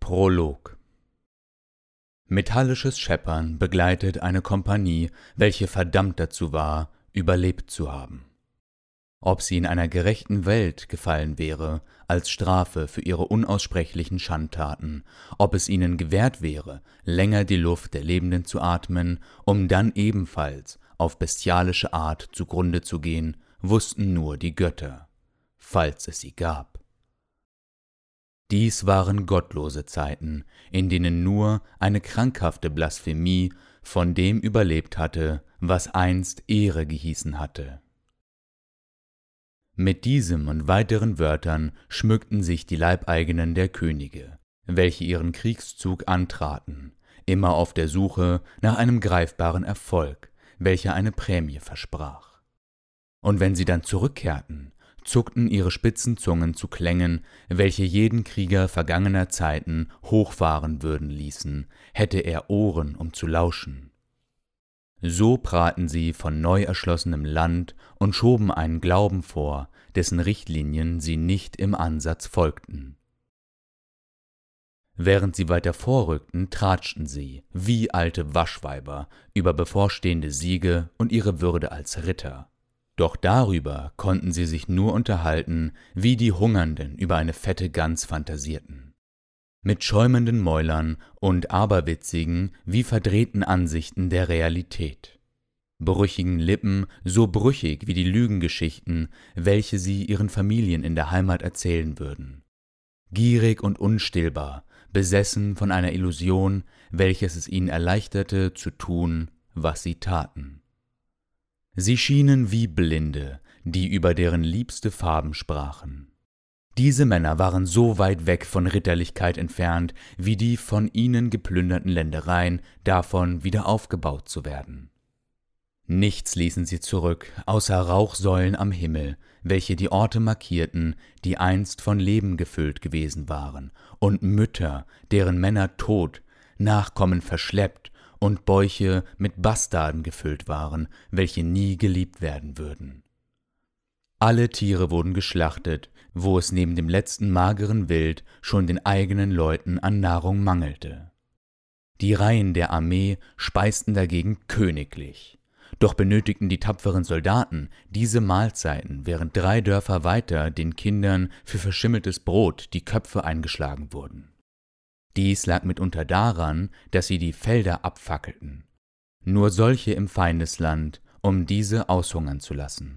Prolog. Metallisches Scheppern begleitet eine Kompanie, welche verdammt dazu war, überlebt zu haben. Ob sie in einer gerechten Welt gefallen wäre, als Strafe für ihre unaussprechlichen Schandtaten, ob es ihnen gewährt wäre, länger die Luft der Lebenden zu atmen, um dann ebenfalls auf bestialische Art zugrunde zu gehen, wussten nur die Götter, falls es sie gab. Dies waren gottlose Zeiten, in denen nur eine krankhafte Blasphemie von dem überlebt hatte, was einst Ehre gehießen hatte. Mit diesem und weiteren Wörtern schmückten sich die Leibeigenen der Könige, welche ihren Kriegszug antraten, immer auf der Suche nach einem greifbaren Erfolg, welcher eine Prämie versprach. Und wenn sie dann zurückkehrten, zuckten ihre spitzen Zungen zu Klängen, welche jeden Krieger vergangener Zeiten hochfahren würden ließen, hätte er Ohren, um zu lauschen. So prahlten sie von neu erschlossenem Land und schoben einen Glauben vor, dessen Richtlinien sie nicht im Ansatz folgten. Während sie weiter vorrückten, tratschten sie, wie alte Waschweiber, über bevorstehende Siege und ihre Würde als Ritter. Doch darüber konnten sie sich nur unterhalten, wie die Hungernden über eine fette Gans fantasierten. Mit schäumenden Mäulern und aberwitzigen, wie verdrehten Ansichten der Realität. Brüchigen Lippen, so brüchig wie die Lügengeschichten, welche sie ihren Familien in der Heimat erzählen würden. Gierig und unstillbar, besessen von einer Illusion, welches es ihnen erleichterte, zu tun, was sie taten. Sie schienen wie Blinde, die über deren liebste Farben sprachen. Diese Männer waren so weit weg von Ritterlichkeit entfernt, wie die von ihnen geplünderten Ländereien davon wieder aufgebaut zu werden. Nichts ließen sie zurück, außer Rauchsäulen am Himmel, welche die Orte markierten, die einst von Leben gefüllt gewesen waren, und Mütter, deren Männer tot, Nachkommen verschleppt und Bäuche mit Bastarden gefüllt waren, welche nie geliebt werden würden. Alle Tiere wurden geschlachtet, wo es neben dem letzten mageren Wild schon den eigenen Leuten an Nahrung mangelte. Die Reihen der Armee speisten dagegen königlich. Doch benötigten die tapferen Soldaten diese Mahlzeiten, während 3 Dörfer weiter den Kindern für verschimmeltes Brot die Köpfe eingeschlagen wurden. Dies lag mitunter daran, dass sie die Felder abfackelten. Nur solche im Feindesland, um diese aushungern zu lassen.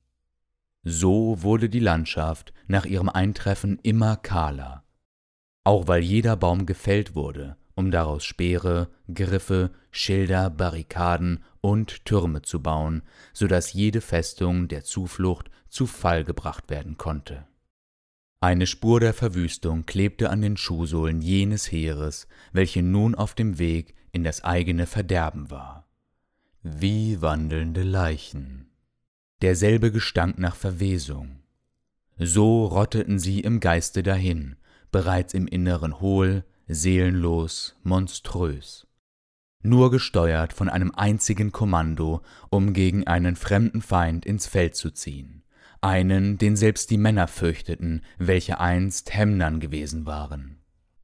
So wurde die Landschaft nach ihrem Eintreffen immer kahler, auch weil jeder Baum gefällt wurde, um daraus Speere, Griffe, Schilder, Barrikaden und Türme zu bauen, so dass jede Festung der Zuflucht zu Fall gebracht werden konnte. Eine Spur der Verwüstung klebte an den Schuhsohlen jenes Heeres, welche nun auf dem Weg in das eigene Verderben war. Wie wandelnde Leichen. Derselbe Gestank nach Verwesung. So rotteten sie im Geiste dahin, bereits im Inneren hohl, seelenlos, monströs. Nur gesteuert von einem einzigen Kommando, um gegen einen fremden Feind ins Feld zu ziehen. Einen, den selbst die Männer fürchteten, welche einst Hemnern gewesen waren.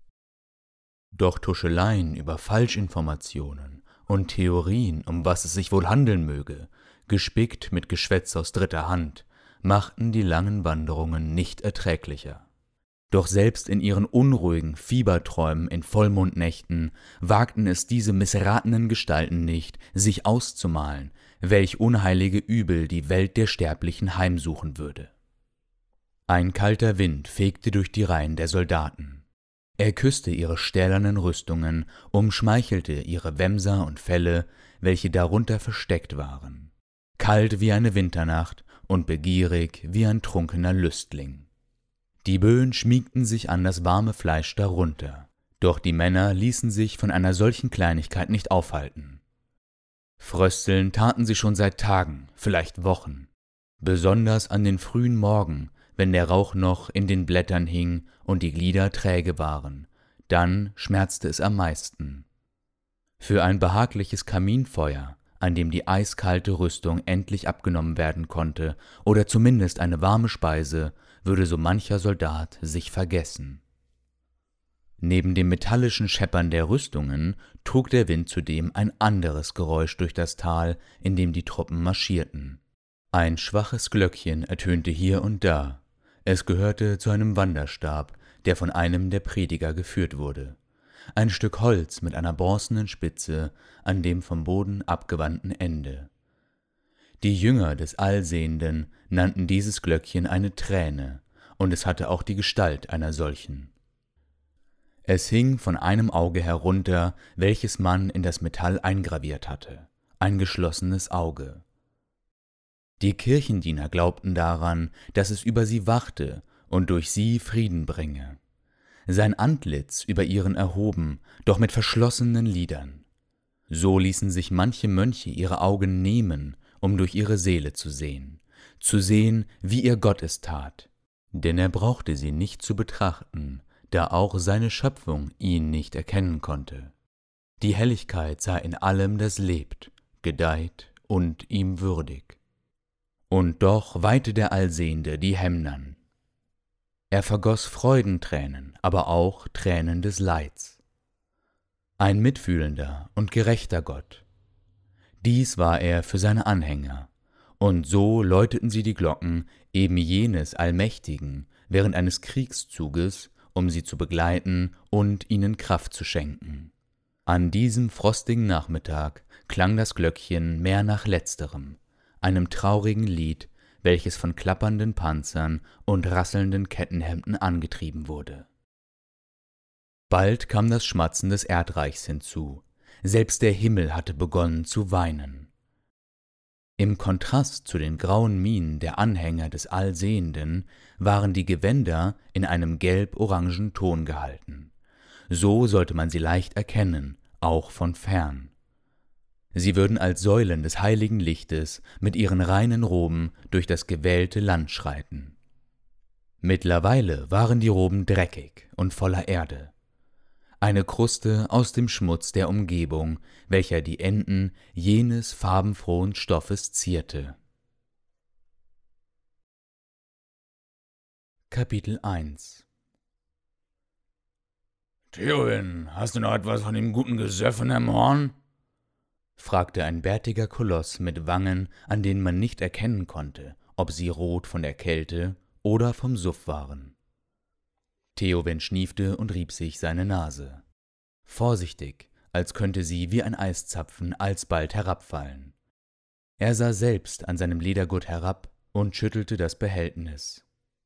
Doch Tuscheleien über Falschinformationen und Theorien, um was es sich wohl handeln möge, gespickt mit Geschwätz aus dritter Hand, machten die langen Wanderungen nicht erträglicher. Doch selbst in ihren unruhigen Fieberträumen in Vollmondnächten wagten es diese missratenen Gestalten nicht, sich auszumalen, welch unheilige Übel die Welt der Sterblichen heimsuchen würde. Ein kalter Wind fegte durch die Reihen der Soldaten. Er küsste ihre stählernen Rüstungen, umschmeichelte ihre Wämser und Felle, welche darunter versteckt waren. Kalt wie eine Winternacht und begierig wie ein trunkener Lüstling. Die Böen schmiegten sich an das warme Fleisch darunter, doch die Männer ließen sich von einer solchen Kleinigkeit nicht aufhalten. Frösteln taten sie schon seit Tagen, vielleicht Wochen, besonders an den frühen Morgen, wenn der Rauch noch in den Blättern hing und die Glieder träge waren, dann schmerzte es am meisten. Für ein behagliches Kaminfeuer, an dem die eiskalte Rüstung endlich abgenommen werden konnte, oder zumindest eine warme Speise, würde so mancher Soldat sich vergessen. Neben dem metallischen Scheppern der Rüstungen trug der Wind zudem ein anderes Geräusch durch das Tal, in dem die Truppen marschierten. Ein schwaches Glöckchen ertönte hier und da. Es gehörte zu einem Wanderstab, der von einem der Prediger geführt wurde. Ein Stück Holz mit einer bronzenen Spitze an dem vom Boden abgewandten Ende. Die Jünger des Allsehenden nannten dieses Glöckchen eine Träne, und es hatte auch die Gestalt einer solchen. Es hing von einem Auge herunter, welches man in das Metall eingraviert hatte, ein geschlossenes Auge. Die Kirchendiener glaubten daran, dass es über sie wachte und durch sie Frieden bringe. Sein Antlitz über ihren erhoben, doch mit verschlossenen Lidern. So ließen sich manche Mönche ihre Augen nehmen, um durch ihre Seele zu sehen, wie ihr Gott es tat. Denn er brauchte sie nicht zu betrachten, da auch seine Schöpfung ihn nicht erkennen konnte. Die Helligkeit sah in allem, das lebt, gedeiht und ihm würdig. Und doch weihte der Allsehende die Hemnern. Er vergoss Freudentränen, aber auch Tränen des Leids. Ein mitfühlender und gerechter Gott. Dies war er für seine Anhänger, und so läuteten sie die Glocken eben jenes Allmächtigen während eines Kriegszuges, um sie zu begleiten und ihnen Kraft zu schenken. An diesem frostigen Nachmittag klang das Glöckchen mehr nach letzterem, einem traurigen Lied, welches von klappernden Panzern und rasselnden Kettenhemden angetrieben wurde. Bald kam das Schmatzen des Erdreichs hinzu, selbst der Himmel hatte begonnen zu weinen. Im Kontrast zu den grauen Mienen der Anhänger des Allsehenden waren die Gewänder in einem gelb-orangen Ton gehalten. So sollte man sie leicht erkennen, auch von fern. Sie würden als Säulen des heiligen Lichtes mit ihren reinen Roben durch das gewählte Land schreiten. Mittlerweile waren die Roben dreckig und voller Erde. Eine Kruste aus dem Schmutz der Umgebung, welcher die Enden jenes farbenfrohen Stoffes zierte. Kapitel 1 »Theowen, hast du noch etwas von dem guten Gesöffen im Horn?« fragte ein bärtiger Koloss mit Wangen, an denen man nicht erkennen konnte, ob sie rot von der Kälte oder vom Suff waren. Theowen schniefte und rieb sich seine Nase. Vorsichtig, als könnte sie wie ein Eiszapfen alsbald herabfallen. Er sah selbst an seinem Ledergurt herab und schüttelte das Behältnis.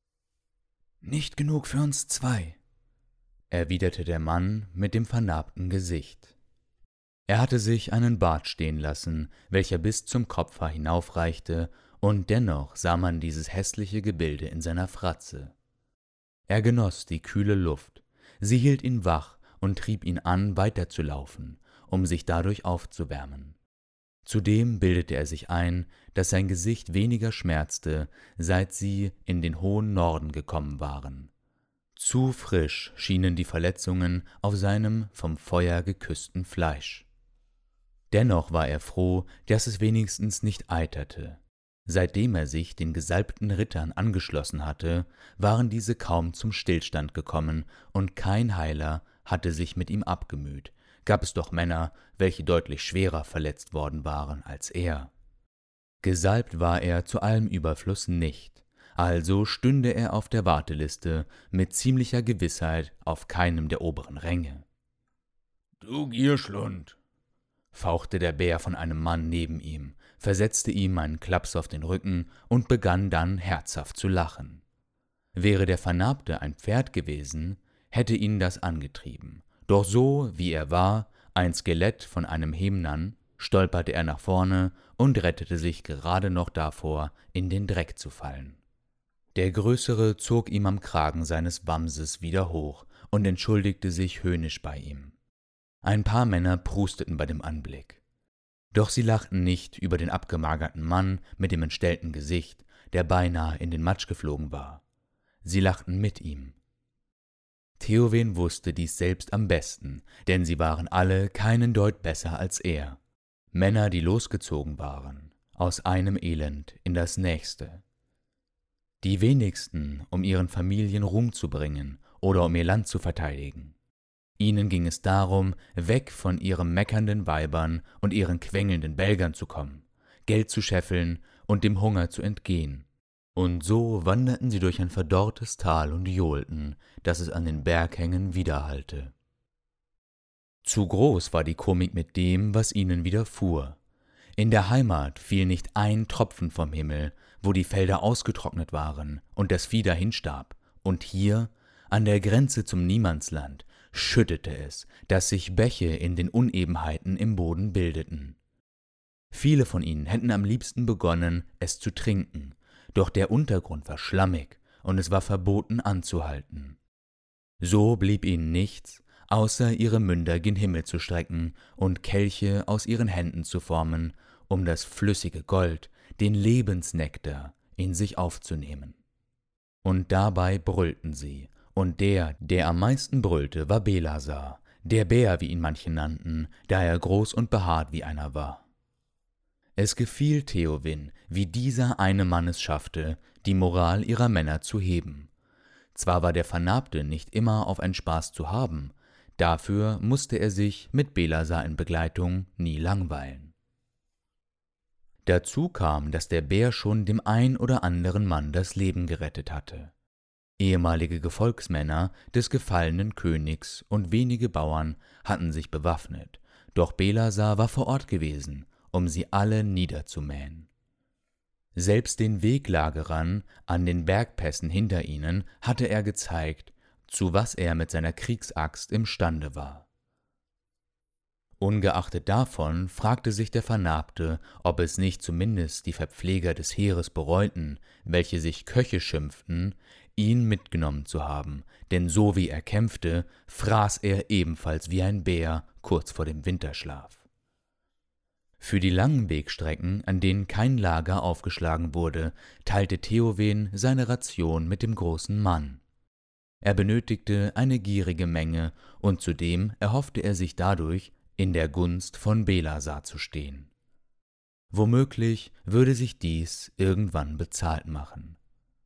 »Nicht genug für uns zwei«, erwiderte der Mann mit dem vernarbten Gesicht. Er hatte sich einen Bart stehen lassen, welcher bis zum Kopfhaar hinaufreichte, und dennoch sah man dieses hässliche Gebilde in seiner Fratze. Er genoss die kühle Luft, sie hielt ihn wach und trieb ihn an, weiterzulaufen, um sich dadurch aufzuwärmen. Zudem bildete er sich ein, dass sein Gesicht weniger schmerzte, seit sie in den hohen Norden gekommen waren. Zu frisch schienen die Verletzungen auf seinem vom Feuer geküssten Fleisch. Dennoch war er froh, dass es wenigstens nicht eiterte. Seitdem er sich den gesalbten Rittern angeschlossen hatte, waren diese kaum zum Stillstand gekommen, und kein Heiler hatte sich mit ihm abgemüht, gab es doch Männer, welche deutlich schwerer verletzt worden waren als er. Gesalbt war er zu allem Überfluss nicht, also stünde er auf der Warteliste mit ziemlicher Gewissheit auf keinem der oberen Ränge. »Du Gierschlund«, fauchte der Bär von einem Mann neben ihm, versetzte ihm einen Klaps auf den Rücken und begann dann herzhaft zu lachen. Wäre der Vernarbte ein Pferd gewesen, hätte ihn das angetrieben, doch so, wie er war, ein Skelett von einem Hemnan, stolperte er nach vorne und rettete sich gerade noch davor, in den Dreck zu fallen. Der Größere zog ihm am Kragen seines Wamses wieder hoch und entschuldigte sich höhnisch bei ihm. Ein paar Männer prusteten bei dem Anblick. Doch sie lachten nicht über den abgemagerten Mann mit dem entstellten Gesicht, der beinahe in den Matsch geflogen war. Sie lachten mit ihm. Theowen wusste dies selbst am besten, denn sie waren alle keinen Deut besser als er. Männer, die losgezogen waren, aus einem Elend in das nächste. Die wenigsten, um ihren Familien Ruhm zu bringen oder um ihr Land zu verteidigen. Ihnen ging es darum, weg von ihren meckernden Weibern und ihren quengelnden Belgern zu kommen, Geld zu scheffeln und dem Hunger zu entgehen. Und so wanderten sie durch ein verdorrtes Tal und johlten, dass es an den Berghängen widerhallte. Zu groß war die Komik mit dem, was ihnen widerfuhr. In der Heimat fiel nicht ein Tropfen vom Himmel, wo die Felder ausgetrocknet waren und das Vieh dahinstarb, und hier, an der Grenze zum Niemandsland, schüttete es, dass sich Bäche in den Unebenheiten im Boden bildeten. Viele von ihnen hätten am liebsten begonnen, es zu trinken, doch der Untergrund war schlammig und es war verboten anzuhalten. So blieb ihnen nichts, außer ihre Münder gen Himmel zu strecken und Kelche aus ihren Händen zu formen, um das flüssige Gold, den Lebensnektar, in sich aufzunehmen. Und dabei brüllten sie, und der am meisten brüllte, war Belasar, der Bär, wie ihn manche nannten, da er groß und behaart wie einer war. Es gefiel Theowin, wie dieser eine Mann es schaffte, die Moral ihrer Männer zu heben. Zwar war der Vernarbte nicht immer auf einen Spaß zu haben, dafür musste er sich mit Belasar in Begleitung nie langweilen. Dazu kam, dass der Bär schon dem ein oder anderen Mann das Leben gerettet hatte. Ehemalige Gefolgsmänner des gefallenen Königs und wenige Bauern hatten sich bewaffnet, doch Belasar war vor Ort gewesen, um sie alle niederzumähen. Selbst den Weglagerern an den Bergpässen hinter ihnen hatte er gezeigt, zu was er mit seiner Kriegsaxt imstande war. Ungeachtet davon fragte sich der Vernarbte, ob es nicht zumindest die Verpfleger des Heeres bereuten, welche sich Köche schimpften, ihn mitgenommen zu haben, denn so wie er kämpfte, fraß er ebenfalls wie ein Bär kurz vor dem Winterschlaf. Für die langen Wegstrecken, an denen kein Lager aufgeschlagen wurde, teilte Theowen seine Ration mit dem großen Mann. Er benötigte eine gierige Menge, und zudem erhoffte er sich dadurch, in der Gunst von Belasar zu stehen. Womöglich würde sich dies irgendwann bezahlt machen.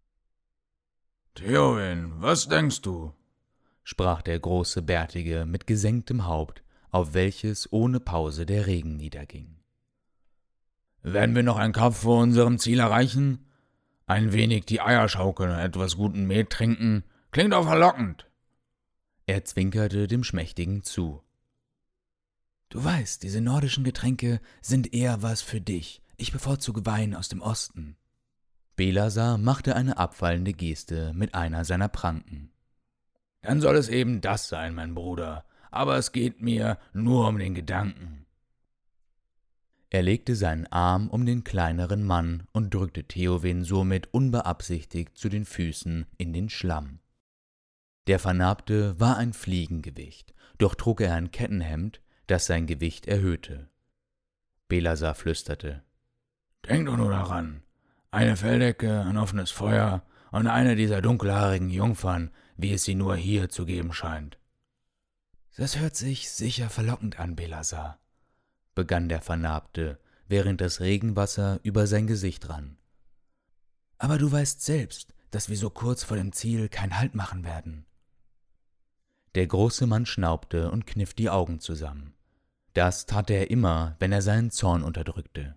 »Theowen, was denkst du?« sprach der große Bärtige mit gesenktem Haupt, auf welches ohne Pause der Regen niederging. »Werden wir noch einen Kampf vor unserem Ziel erreichen? Ein wenig die Eier schaukeln und etwas guten Met trinken, klingt auch verlockend.« Er zwinkerte dem Schmächtigen zu. »Du weißt, diese nordischen Getränke sind eher was für dich. Ich bevorzuge Wein aus dem Osten.« Belasar machte eine abfallende Geste mit einer seiner Pranken. »Dann soll es eben das sein, mein Bruder, aber es geht mir nur um den Gedanken.« Er legte seinen Arm um den kleineren Mann und drückte Theowen somit unbeabsichtigt zu den Füßen in den Schlamm. Der Vernarbte war ein Fliegengewicht, doch trug er ein Kettenhemd, das sein Gewicht erhöhte. Belasar flüsterte: »Denk doch nur daran, eine Felldecke, ein offenes Feuer und eine dieser dunkelhaarigen Jungfern, wie es sie nur hier zu geben scheint.« »Das hört sich sicher verlockend an, Belasar«, begann der Vernarbte, während das Regenwasser über sein Gesicht rann. »Aber du weißt selbst, dass wir so kurz vor dem Ziel keinen Halt machen werden.« Der große Mann schnaubte und kniff die Augen zusammen. Das tat er immer, wenn er seinen Zorn unterdrückte.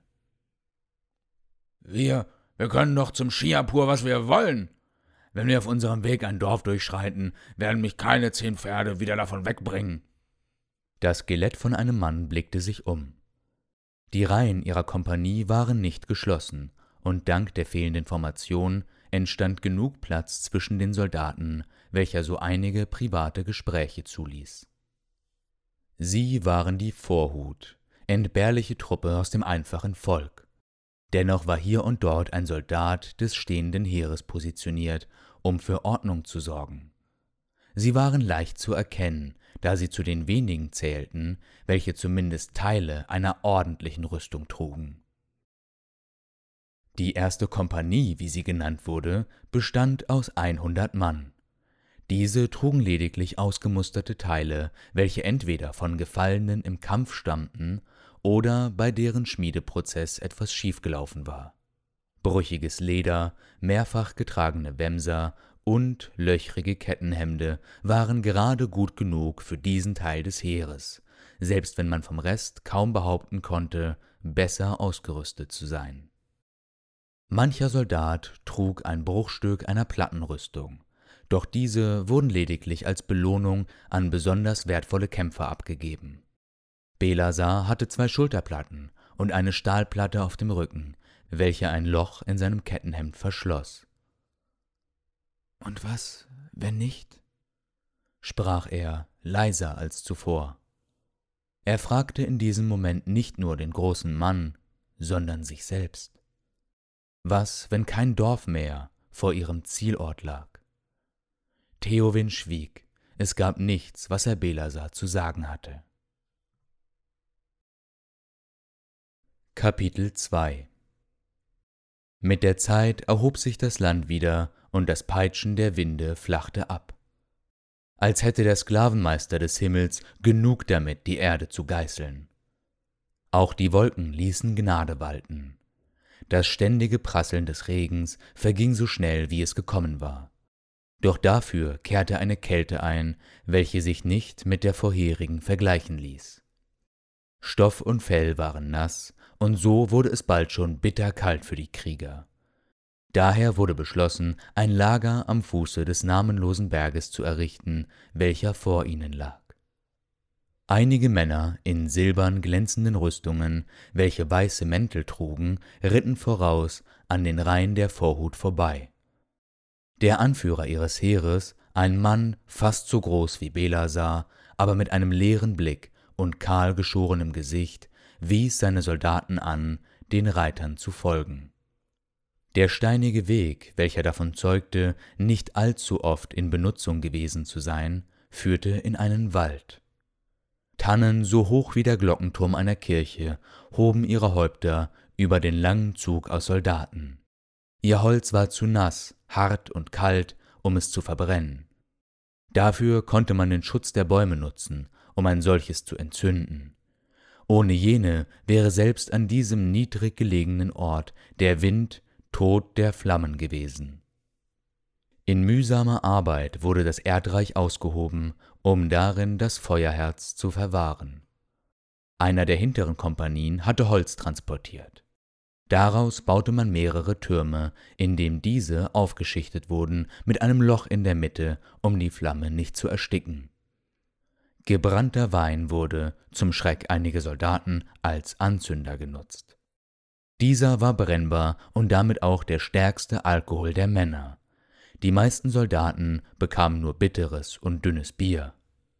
Wir können doch zum Schiapur, was wir wollen. Wenn wir auf unserem Weg ein Dorf durchschreiten, werden mich keine 10 Pferde wieder davon wegbringen.« Das Skelett von einem Mann blickte sich um. Die Reihen ihrer Kompanie waren nicht geschlossen, und dank der fehlenden Formation entstand genug Platz zwischen den Soldaten, welcher so einige private Gespräche zuließ. Sie waren die Vorhut, entbehrliche Truppe aus dem einfachen Volk. Dennoch war hier und dort ein Soldat des stehenden Heeres positioniert, um für Ordnung zu sorgen. Sie waren leicht zu erkennen, da sie zu den wenigen zählten, welche zumindest Teile einer ordentlichen Rüstung trugen. Die erste Kompanie, wie sie genannt wurde, bestand aus 100 Mann. Diese trugen lediglich ausgemusterte Teile, welche entweder von Gefallenen im Kampf stammten oder bei deren Schmiedeprozess etwas schiefgelaufen war. Brüchiges Leder, mehrfach getragene Wämser und löchrige Kettenhemde waren gerade gut genug für diesen Teil des Heeres, selbst wenn man vom Rest kaum behaupten konnte, besser ausgerüstet zu sein. Mancher Soldat trug ein Bruchstück einer Plattenrüstung, doch diese wurden lediglich als Belohnung an besonders wertvolle Kämpfer abgegeben. Belasar hatte 2 Schulterplatten und eine Stahlplatte auf dem Rücken, welche ein Loch in seinem Kettenhemd verschloss. »Und was, wenn nicht?« sprach er, leiser als zuvor. Er fragte in diesem Moment nicht nur den großen Mann, sondern sich selbst. Was, wenn kein Dorf mehr vor ihrem Zielort lag? Theowin schwieg, es gab nichts, was er Belasar zu sagen hatte. Kapitel 2 Mit der Zeit erhob sich das Land wieder und das Peitschen der Winde flachte ab. Als hätte der Sklavenmeister des Himmels genug damit, die Erde zu geißeln. Auch die Wolken ließen Gnade walten. Das ständige Prasseln des Regens verging so schnell, wie es gekommen war. Doch dafür kehrte eine Kälte ein, welche sich nicht mit der vorherigen vergleichen ließ. Stoff und Fell waren nass, und so wurde es bald schon bitterkalt für die Krieger. Daher wurde beschlossen, ein Lager am Fuße des namenlosen Berges zu errichten, welcher vor ihnen lag. Einige Männer in silbern glänzenden Rüstungen, welche weiße Mäntel trugen, ritten voraus an den Reihen der Vorhut vorbei. Der Anführer ihres Heeres, ein Mann fast so groß wie Belasar, aber mit einem leeren Blick und kahl geschorenem Gesicht, wies seine Soldaten an, den Reitern zu folgen. Der steinige Weg, welcher davon zeugte, nicht allzu oft in Benutzung gewesen zu sein, führte in einen Wald. Tannen, so hoch wie der Glockenturm einer Kirche, hoben ihre Häupter über den langen Zug aus Soldaten. Ihr Holz war zu nass, hart und kalt, um es zu verbrennen. Dafür konnte man den Schutz der Bäume nutzen, um ein solches zu entzünden. Ohne jene wäre selbst an diesem niedrig gelegenen Ort der Wind Tod der Flammen gewesen. In mühsamer Arbeit wurde das Erdreich ausgehoben, um darin das Feuerherz zu verwahren. Einer der hinteren Kompanien hatte Holz transportiert. Daraus baute man mehrere Türme, in dem diese aufgeschichtet wurden mit einem Loch in der Mitte, um die Flamme nicht zu ersticken. Gebrannter Wein wurde, zum Schreck einiger Soldaten, als Anzünder genutzt. Dieser war brennbar und damit auch der stärkste Alkohol der Männer. Die meisten Soldaten bekamen nur bitteres und dünnes Bier.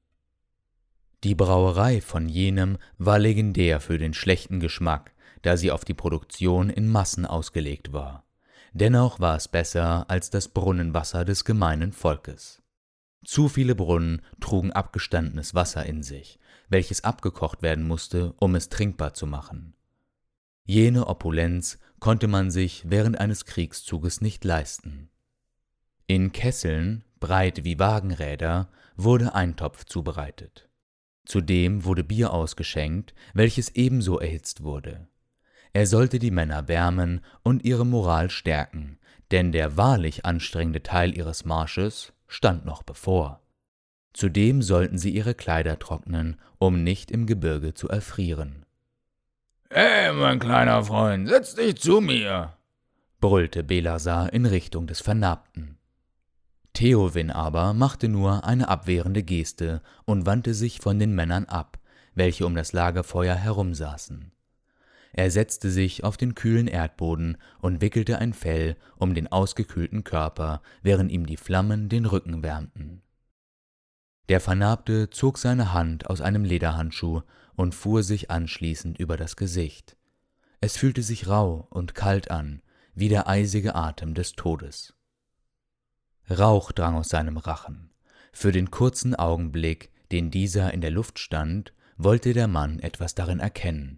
Die Brauerei von jenem war legendär für den schlechten Geschmack, da sie auf die Produktion in Massen ausgelegt war. Dennoch war es besser als das Brunnenwasser des gemeinen Volkes. Zu viele Brunnen trugen abgestandenes Wasser in sich, welches abgekocht werden musste, um es trinkbar zu machen. Jene Opulenz konnte man sich während eines Kriegszuges nicht leisten. In Kesseln, breit wie Wagenräder, wurde Eintopf zubereitet. Zudem wurde Bier ausgeschenkt, welches ebenso erhitzt wurde. Er sollte die Männer wärmen und ihre Moral stärken, denn der wahrlich anstrengende Teil ihres Marsches stand noch bevor. Zudem sollten sie ihre Kleider trocknen, um nicht im Gebirge zu erfrieren. »Hey, mein kleiner Freund, setz dich zu mir«, brüllte Belasar in Richtung des Vernarbten. Theowin aber machte nur eine abwehrende Geste und wandte sich von den Männern ab, welche um das Lagerfeuer herumsaßen. Er setzte sich auf den kühlen Erdboden und wickelte ein Fell um den ausgekühlten Körper, während ihm die Flammen den Rücken wärmten. Der Vernarbte zog seine Hand aus einem Lederhandschuh und fuhr sich anschließend über das Gesicht. Es fühlte sich rau und kalt an, wie der eisige Atem des Todes. Rauch drang aus seinem Rachen. Für den kurzen Augenblick, den dieser in der Luft stand, wollte der Mann etwas darin erkennen.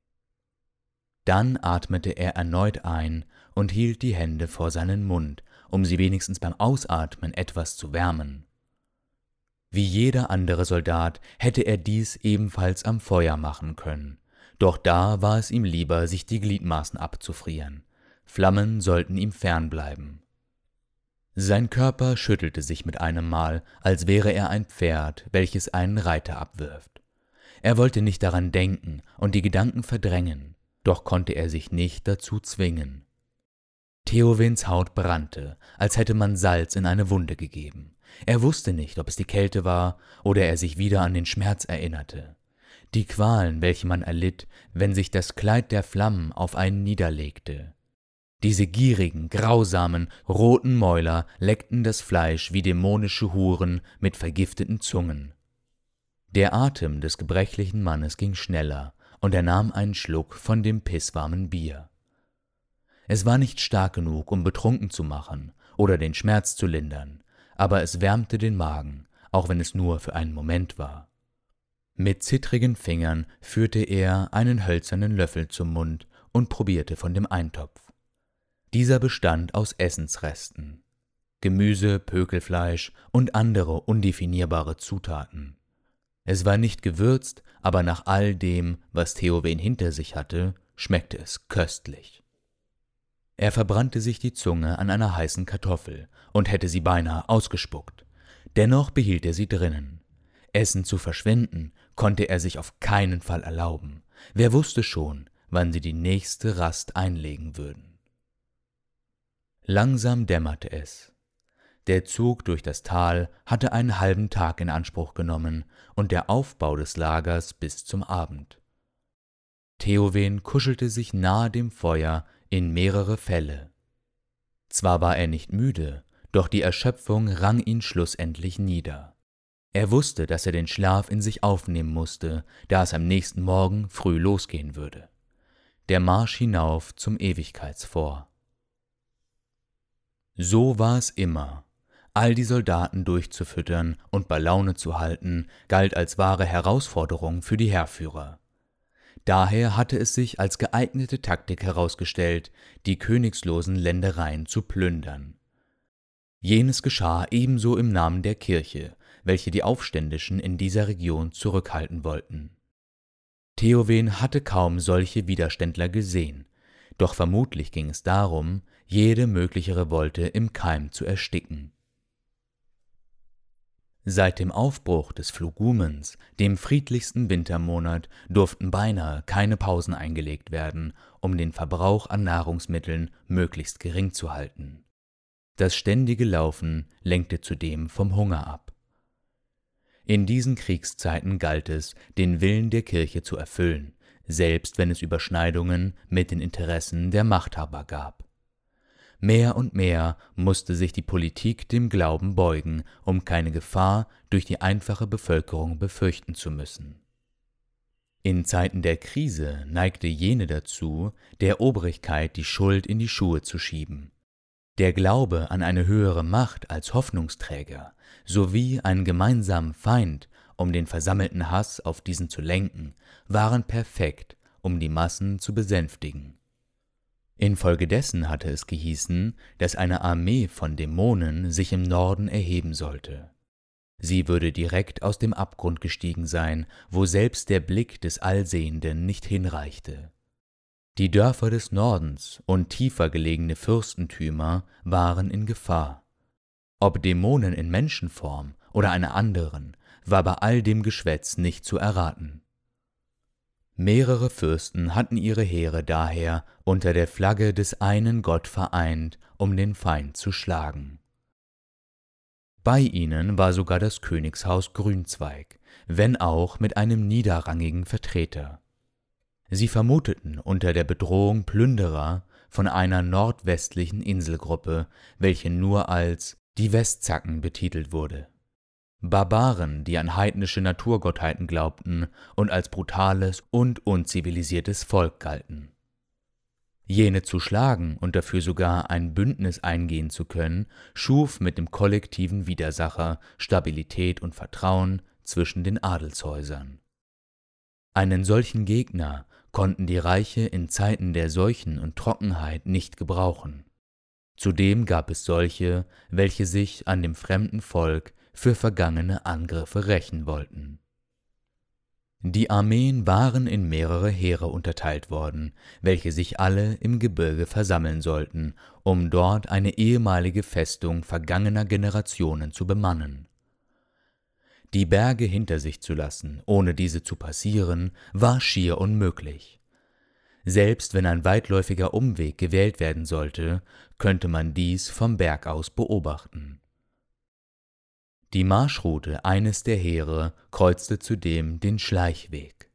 Dann atmete er erneut ein und hielt die Hände vor seinen Mund, um sie wenigstens beim Ausatmen etwas zu wärmen. Wie jeder andere Soldat hätte er dies ebenfalls am Feuer machen können, doch da war es ihm lieber, sich die Gliedmaßen abzufrieren. Flammen sollten ihm fernbleiben. Sein Körper schüttelte sich mit einem Mal, als wäre er ein Pferd, welches einen Reiter abwirft. Er wollte nicht daran denken und die Gedanken verdrängen, doch konnte er sich nicht dazu zwingen. Theowens Haut brannte, als hätte man Salz in eine Wunde gegeben. Er wusste nicht, ob es die Kälte war oder er sich wieder an den Schmerz erinnerte. Die Qualen, welche man erlitt, wenn sich das Kleid der Flammen auf einen niederlegte. Diese gierigen, grausamen, roten Mäuler leckten das Fleisch wie dämonische Huren mit vergifteten Zungen. Der Atem des gebrechlichen Mannes ging schneller, und er nahm einen Schluck von dem pisswarmen Bier. Es war nicht stark genug, um betrunken zu machen oder den Schmerz zu lindern, aber es wärmte den Magen, auch wenn es nur für einen Moment war. Mit zittrigen Fingern führte er einen hölzernen Löffel zum Mund und probierte von dem Eintopf. Dieser bestand aus Essensresten, Gemüse, Pökelfleisch und andere undefinierbare Zutaten. Es war nicht gewürzt, aber nach all dem, was Theowen hinter sich hatte, schmeckte es köstlich. Er verbrannte sich die Zunge an einer heißen Kartoffel und hätte sie beinahe ausgespuckt. Dennoch behielt er sie drinnen. Essen zu verschwenden konnte er sich auf keinen Fall erlauben. Wer wusste schon, wann sie die nächste Rast einlegen würden. Langsam dämmerte es. Der Zug durch das Tal hatte einen halben Tag in Anspruch genommen und der Aufbau des Lagers bis zum Abend. Theowen kuschelte sich nahe dem Feuer in mehrere Felle. Zwar war er nicht müde, doch die Erschöpfung rang ihn schlussendlich nieder. Er wusste, dass er den Schlaf in sich aufnehmen musste, da es am nächsten Morgen früh losgehen würde. Der Marsch hinauf zum Ewigkeitsfor. So war es immer. All die Soldaten durchzufüttern und bei Laune zu halten, galt als wahre Herausforderung für die Heerführer. Daher hatte es sich als geeignete Taktik herausgestellt, die königslosen Ländereien zu plündern. Jenes geschah ebenso im Namen der Kirche, welche die Aufständischen in dieser Region zurückhalten wollten. Theowen hatte kaum solche Widerständler gesehen, doch vermutlich ging es darum, jede mögliche Revolte im Keim zu ersticken. Seit dem Aufbruch des Phlugumens, dem friedlichsten Wintermonat, durften beinahe keine Pausen eingelegt werden, um den Verbrauch an Nahrungsmitteln möglichst gering zu halten. Das ständige Laufen lenkte zudem vom Hunger ab. In diesen Kriegszeiten galt es, den Willen der Kirche zu erfüllen, selbst wenn es Überschneidungen mit den Interessen der Machthaber gab. Mehr und mehr musste sich die Politik dem Glauben beugen, um keine Gefahr durch die einfache Bevölkerung befürchten zu müssen. In Zeiten der Krise neigte jene dazu, der Obrigkeit die Schuld in die Schuhe zu schieben. Der Glaube an eine höhere Macht als Hoffnungsträger sowie einen gemeinsamen Feind, um den versammelten Hass auf diesen zu lenken, waren perfekt, um die Massen zu besänftigen. Infolgedessen hatte es gehießen, dass eine Armee von Dämonen sich im Norden erheben sollte. Sie würde direkt aus dem Abgrund gestiegen sein, wo selbst der Blick des Allsehenden nicht hinreichte. Die Dörfer des Nordens und tiefer gelegene Fürstentümer waren in Gefahr. Ob Dämonen in Menschenform oder einer anderen, war bei all dem Geschwätz nicht zu erraten. Mehrere Fürsten hatten ihre Heere daher unter der Flagge des einen Gott vereint, um den Feind zu schlagen. Bei ihnen war sogar das Königshaus Grünzweig, wenn auch mit einem niederrangigen Vertreter. Sie vermuteten unter der Bedrohung Plünderer von einer nordwestlichen Inselgruppe, welche nur als die Westzacken betitelt wurde. Barbaren, die an heidnische Naturgottheiten glaubten und als brutales und unzivilisiertes Volk galten. Jene zu schlagen und dafür sogar ein Bündnis eingehen zu können, schuf mit dem kollektiven Widersacher Stabilität und Vertrauen zwischen den Adelshäusern. Einen solchen Gegner konnten die Reiche in Zeiten der Seuchen und Trockenheit nicht gebrauchen. Zudem gab es solche, welche sich an dem fremden Volk für vergangene Angriffe rächen wollten. Die Armeen waren in mehrere Heere unterteilt worden, welche sich alle im Gebirge versammeln sollten, um dort eine ehemalige Festung vergangener Generationen zu bemannen. Die Berge hinter sich zu lassen, ohne diese zu passieren, war schier unmöglich. Selbst wenn ein weitläufiger Umweg gewählt werden sollte, könnte man dies vom Berg aus beobachten. Die Marschroute eines der Heere kreuzte zudem den Schleichweg.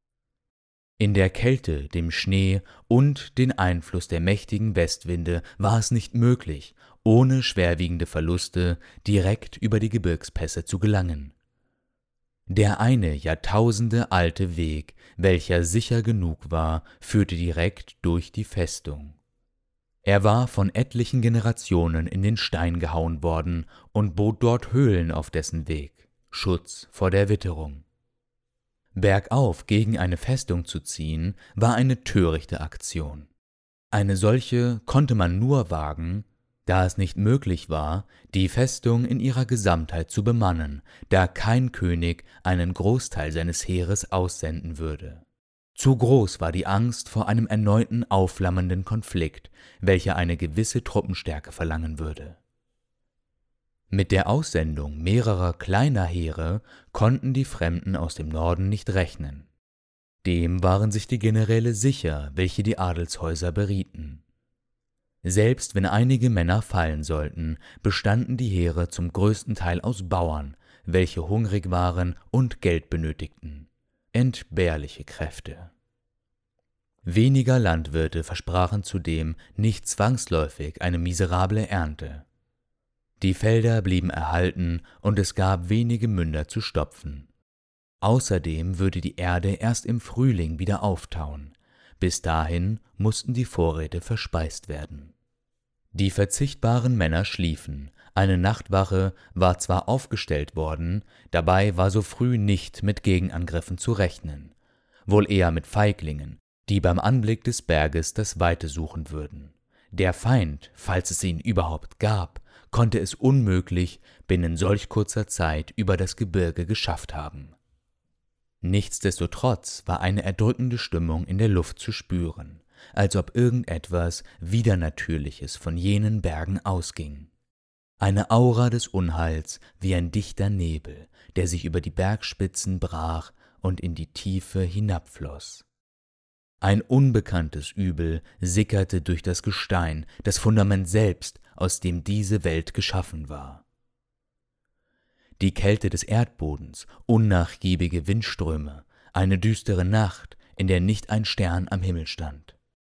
In der Kälte, dem Schnee und den Einfluss der mächtigen Westwinde war es nicht möglich, ohne schwerwiegende Verluste direkt über die Gebirgspässe zu gelangen. Der eine Jahrtausende alte Weg, welcher sicher genug war, führte direkt durch die Festung. Er war von etlichen Generationen in den Stein gehauen worden und bot dort Höhlen auf dessen Weg, Schutz vor der Witterung. Bergauf gegen eine Festung zu ziehen, war eine törichte Aktion. Eine solche konnte man nur wagen, da es nicht möglich war, die Festung in ihrer Gesamtheit zu bemannen, da kein König einen Großteil seines Heeres aussenden würde. Zu groß war die Angst vor einem erneuten aufflammenden Konflikt, welcher eine gewisse Truppenstärke verlangen würde. Mit der Aussendung mehrerer kleiner Heere konnten die Fremden aus dem Norden nicht rechnen. Dem waren sich die Generäle sicher, welche die Adelshäuser berieten. Selbst wenn einige Männer fallen sollten, bestanden die Heere zum größten Teil aus Bauern, welche hungrig waren und Geld benötigten. Entbehrliche Kräfte. Weniger Landwirte versprachen zudem nicht zwangsläufig eine miserable Ernte. Die Felder blieben erhalten und es gab wenige Münder zu stopfen. Außerdem würde die Erde erst im Frühling wieder auftauen. Bis dahin mussten die Vorräte verspeist werden. Die verzichtbaren Männer schliefen. Eine Nachtwache war zwar aufgestellt worden, dabei war so früh nicht mit Gegenangriffen zu rechnen, wohl eher mit Feiglingen, die beim Anblick des Berges das Weite suchen würden. Der Feind, falls es ihn überhaupt gab, konnte es unmöglich binnen solch kurzer Zeit über das Gebirge geschafft haben. Nichtsdestotrotz war eine erdrückende Stimmung in der Luft zu spüren, als ob irgendetwas Widernatürliches von jenen Bergen ausging. Eine Aura des Unheils wie ein dichter Nebel, der sich über die Bergspitzen brach und in die Tiefe hinabfloss. Ein unbekanntes Übel sickerte durch das Gestein, das Fundament selbst, aus dem diese Welt geschaffen war. Die Kälte des Erdbodens, unnachgiebige Windströme, eine düstere Nacht, in der nicht ein Stern am Himmel stand.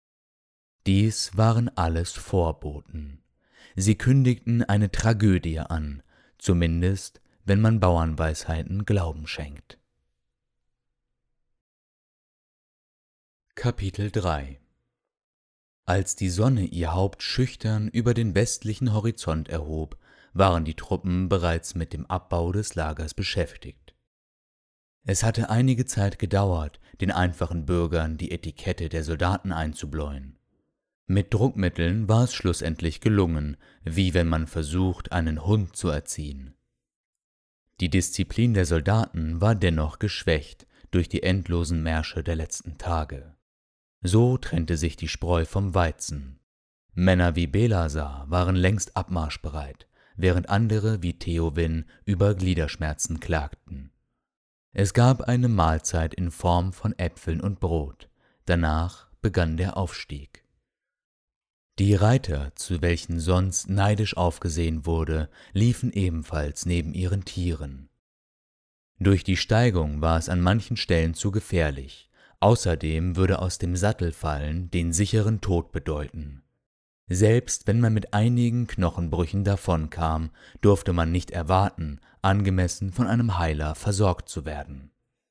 Dies waren alles Vorboten. Sie kündigten eine Tragödie an, zumindest wenn man Bauernweisheiten Glauben schenkt. Kapitel 3 Als die Sonne ihr Haupt schüchtern über den westlichen Horizont erhob, waren die Truppen bereits mit dem Abbau des Lagers beschäftigt. Es hatte einige Zeit gedauert, den einfachen Bürgern die Etikette der Soldaten einzubläuen. Mit Druckmitteln war es schlussendlich gelungen, wie wenn man versucht, einen Hund zu erziehen. Die Disziplin der Soldaten war dennoch geschwächt durch die endlosen Märsche der letzten Tage. So trennte sich die Spreu vom Weizen. Männer wie Belasar waren längst abmarschbereit, während andere wie Theowin über Gliederschmerzen klagten. Es gab eine Mahlzeit in Form von Äpfeln und Brot, danach begann der Aufstieg. Die Reiter, zu welchen sonst neidisch aufgesehen wurde, liefen ebenfalls neben ihren Tieren. Durch die Steigung war es an manchen Stellen zu gefährlich, außerdem würde aus dem Sattel fallen den sicheren Tod bedeuten. Selbst wenn man mit einigen Knochenbrüchen davonkam, durfte man nicht erwarten, angemessen von einem Heiler versorgt zu werden.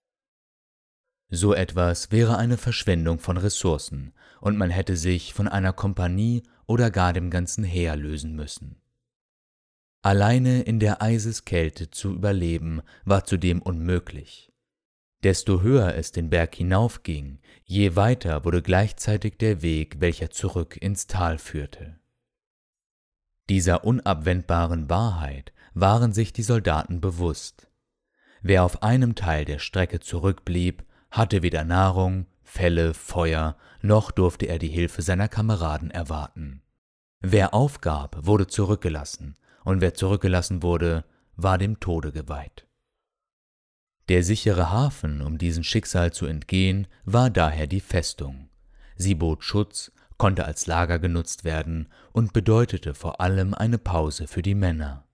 So etwas wäre eine Verschwendung von Ressourcen, und man hätte sich von einer Kompanie oder gar dem ganzen Heer lösen müssen. Alleine in der Eiseskälte zu überleben, war zudem unmöglich. Desto höher es den Berg hinaufging, je weiter wurde gleichzeitig der Weg, welcher zurück ins Tal führte. Dieser unabwendbaren Wahrheit waren sich die Soldaten bewusst. Wer auf einem Teil der Strecke zurückblieb, hatte weder Nahrung, Felle, Feuer, noch durfte er die Hilfe seiner Kameraden erwarten. Wer aufgab, wurde zurückgelassen, und wer zurückgelassen wurde, war dem Tode geweiht. Der sichere Hafen, um diesem Schicksal zu entgehen, war daher die Festung. Sie bot Schutz, konnte als Lager genutzt werden und bedeutete vor allem eine Pause für die Männer.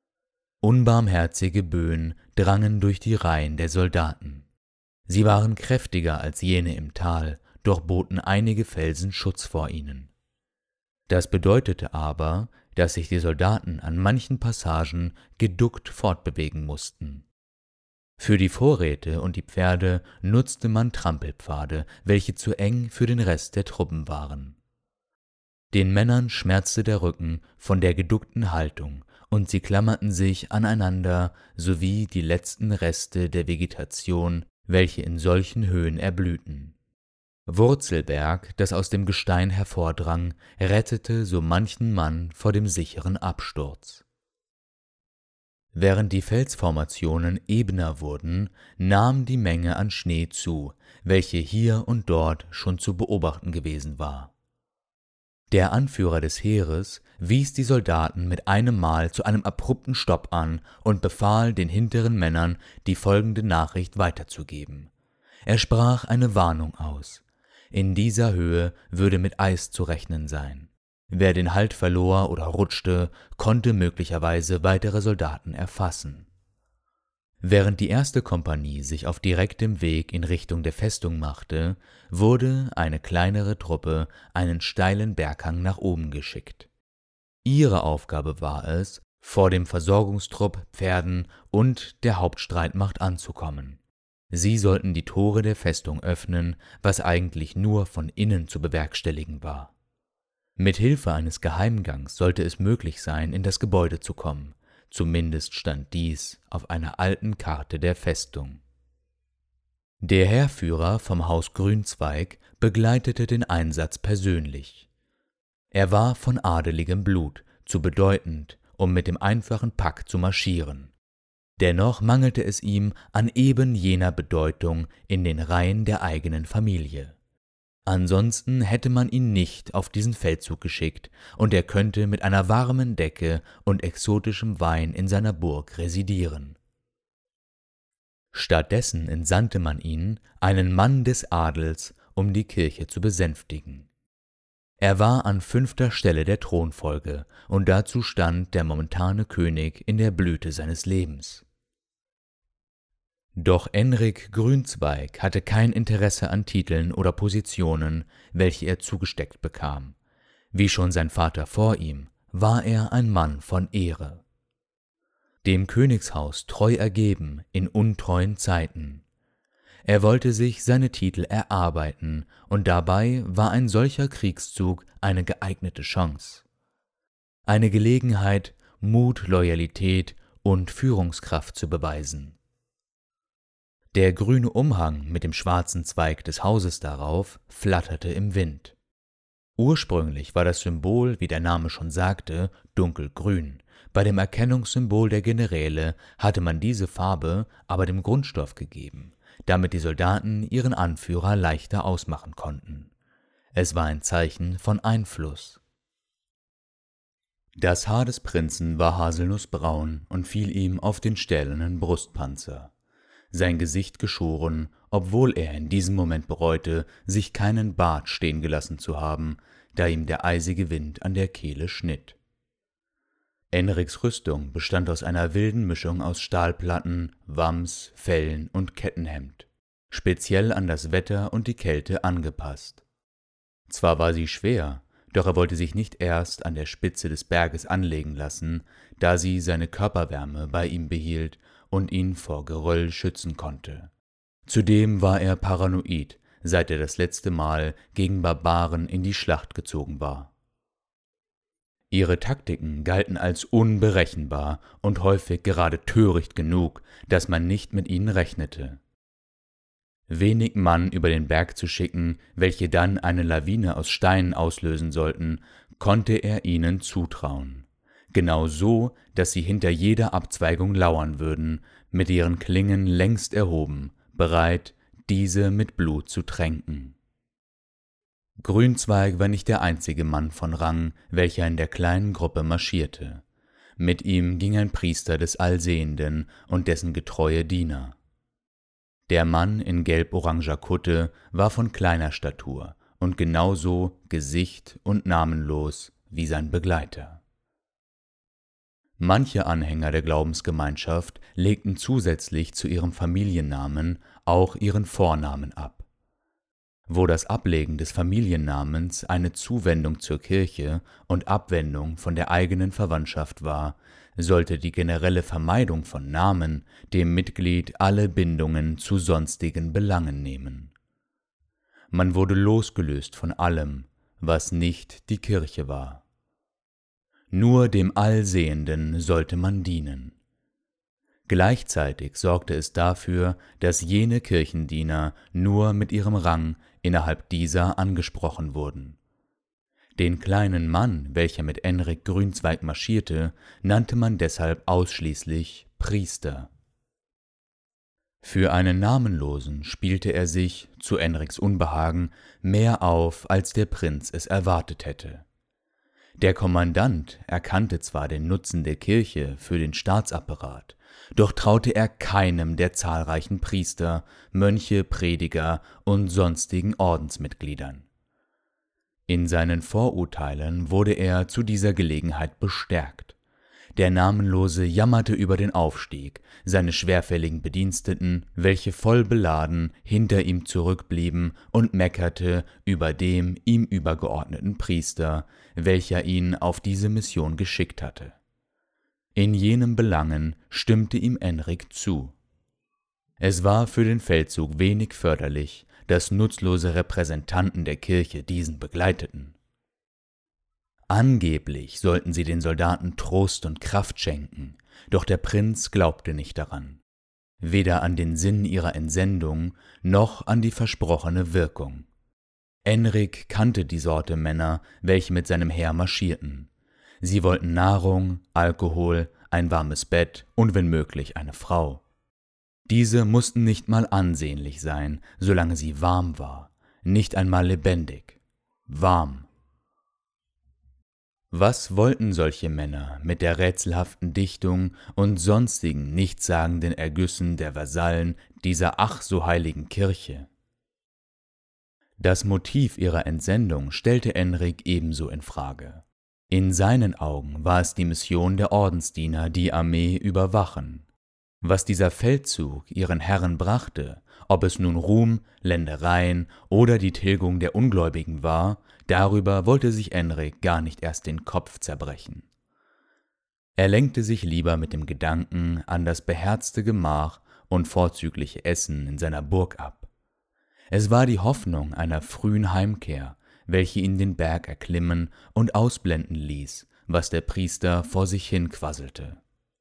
Unbarmherzige Böen drangen durch die Reihen der Soldaten. Sie waren kräftiger als jene im Tal, doch boten einige Felsen Schutz vor ihnen. Das bedeutete aber, dass sich die Soldaten an manchen Passagen geduckt fortbewegen mussten. Für die Vorräte und die Pferde nutzte man Trampelpfade, welche zu eng für den Rest der Truppen waren. Den Männern schmerzte der Rücken von der geduckten Haltung, und sie klammerten sich aneinander sowie die letzten Reste der Vegetation, welche in solchen Höhen erblühten. Wurzelberg, das aus dem Gestein hervordrang, rettete so manchen Mann vor dem sicheren Absturz. Während die Felsformationen ebener wurden, nahm die Menge an Schnee zu, welche hier und dort schon zu beobachten gewesen war. Der Anführer des Heeres wies die Soldaten mit einem Mal zu einem abrupten Stopp an und befahl den hinteren Männern, die folgende Nachricht weiterzugeben. Er sprach eine Warnung aus. In dieser Höhe würde mit Eis zu rechnen sein. Wer den Halt verlor oder rutschte, konnte möglicherweise weitere Soldaten erfassen. Während die erste Kompanie sich auf direktem Weg in Richtung der Festung machte, wurde eine kleinere Truppe einen steilen Berghang nach oben geschickt. Ihre Aufgabe war es, vor dem Versorgungstrupp, Pferden und der Hauptstreitmacht anzukommen. Sie sollten die Tore der Festung öffnen, was eigentlich nur von innen zu bewerkstelligen war. Mit Hilfe eines Geheimgangs sollte es möglich sein, in das Gebäude zu kommen. Zumindest stand dies auf einer alten Karte der Festung. Der Heerführer vom Haus Grünzweig begleitete den Einsatz persönlich. Er war von adeligem Blut, zu bedeutend, um mit dem einfachen Pack zu marschieren. Dennoch mangelte es ihm an eben jener Bedeutung in den Reihen der eigenen Familie. Ansonsten hätte man ihn nicht auf diesen Feldzug geschickt, und er könnte mit einer warmen Decke und exotischem Wein in seiner Burg residieren. Stattdessen entsandte man ihn, einen Mann des Adels, um die Kirche zu besänftigen. Er war an 5. Stelle der Thronfolge, und dazu stand der momentane König in der Blüte seines Lebens. Doch Enrik Grünzweig hatte kein Interesse an Titeln oder Positionen, welche er zugesteckt bekam. Wie schon sein Vater vor ihm, war er ein Mann von Ehre. Dem Königshaus treu ergeben in untreuen Zeiten. Er wollte sich seine Titel erarbeiten, und dabei war ein solcher Kriegszug eine geeignete Chance. Eine Gelegenheit, Mut, Loyalität und Führungskraft zu beweisen. Der grüne Umhang mit dem schwarzen Zweig des Hauses darauf flatterte im Wind. Ursprünglich war das Symbol, wie der Name schon sagte, dunkelgrün. Bei dem Erkennungssymbol der Generäle hatte man diese Farbe aber dem Grundstoff gegeben, damit die Soldaten ihren Anführer leichter ausmachen konnten. Es war ein Zeichen von Einfluss. Das Haar des Prinzen war haselnussbraun und fiel ihm auf den stählernen Brustpanzer. Sein Gesicht geschoren, obwohl er in diesem Moment bereute, sich keinen Bart stehen gelassen zu haben, da ihm der eisige Wind an der Kehle schnitt. Enriks Rüstung bestand aus einer wilden Mischung aus Stahlplatten, Wams, Fellen und Kettenhemd, speziell an das Wetter und die Kälte angepasst. Zwar war sie schwer, doch er wollte sich nicht erst an der Spitze des Berges anlegen lassen, da sie seine Körperwärme bei ihm behielt und ihn vor Geröll schützen konnte. Zudem war er paranoid, seit er das letzte Mal gegen Barbaren in die Schlacht gezogen war. Ihre Taktiken galten als unberechenbar und häufig gerade töricht genug, dass man nicht mit ihnen rechnete. Wenig Mann über den Berg zu schicken, welche dann eine Lawine aus Steinen auslösen sollten, konnte er ihnen zutrauen. Genau so, dass sie hinter jeder Abzweigung lauern würden, mit ihren Klingen längst erhoben, bereit, diese mit Blut zu tränken. Grünzweig war nicht der einzige Mann von Rang, welcher in der kleinen Gruppe marschierte. Mit ihm ging ein Priester des Allsehenden und dessen getreue Diener. Der Mann in gelb-oranger Kutte war von kleiner Statur und genauso Gesicht und namenlos wie sein Begleiter. Manche Anhänger der Glaubensgemeinschaft legten zusätzlich zu ihrem Familiennamen auch ihren Vornamen ab. Wo das Ablegen des Familiennamens eine Zuwendung zur Kirche und Abwendung von der eigenen Verwandtschaft war, sollte die generelle Vermeidung von Namen dem Mitglied alle Bindungen zu sonstigen Belangen nehmen. Man wurde losgelöst von allem, was nicht die Kirche war. Nur dem Allsehenden sollte man dienen. Gleichzeitig sorgte es dafür, dass jene Kirchendiener nur mit ihrem Rang innerhalb dieser angesprochen wurden. Den kleinen Mann, welcher mit Enrik Grünzweig marschierte, nannte man deshalb ausschließlich Priester. Für einen Namenlosen spielte er sich, zu Enriks Unbehagen, mehr auf, als der Prinz es erwartet hätte. Der Kommandant erkannte zwar den Nutzen der Kirche für den Staatsapparat, doch traute er keinem der zahlreichen Priester, Mönche, Prediger und sonstigen Ordensmitgliedern. In seinen Vorurteilen wurde er zu dieser Gelegenheit bestärkt. Der Namenlose jammerte über den Aufstieg, seine schwerfälligen Bediensteten, welche voll beladen hinter ihm zurückblieben, und meckerte über dem ihm übergeordneten Priester, welcher ihn auf diese Mission geschickt hatte. In jenen Belangen stimmte ihm Enrik zu. Es war für den Feldzug wenig förderlich, dass nutzlose Repräsentanten der Kirche diesen begleiteten. Angeblich sollten sie den Soldaten Trost und Kraft schenken, doch der Prinz glaubte nicht daran, weder an den Sinn ihrer Entsendung noch an die versprochene Wirkung. Enrik kannte die Sorte Männer, welche mit seinem Heer marschierten. Sie wollten Nahrung, Alkohol, ein warmes Bett und wenn möglich eine Frau. Diese mussten nicht mal ansehnlich sein, solange sie warm war, nicht einmal lebendig, warm. Was wollten solche Männer mit der rätselhaften Dichtung und sonstigen nichtssagenden Ergüssen der Vasallen dieser ach so heiligen Kirche? Das Motiv ihrer Entsendung stellte Enrik ebenso in Frage. In seinen Augen war es die Mission der Ordensdiener, die Armee überwachen. Was dieser Feldzug ihren Herren brachte, ob es nun Ruhm, Ländereien oder die Tilgung der Ungläubigen war, darüber wollte sich Enrik gar nicht erst den Kopf zerbrechen. Er lenkte sich lieber mit dem Gedanken an das beherzte Gemach und vorzügliche Essen in seiner Burg ab. Es war die Hoffnung einer frühen Heimkehr, welche ihn den Berg erklimmen und ausblenden ließ, was der Priester vor sich hin quasselte.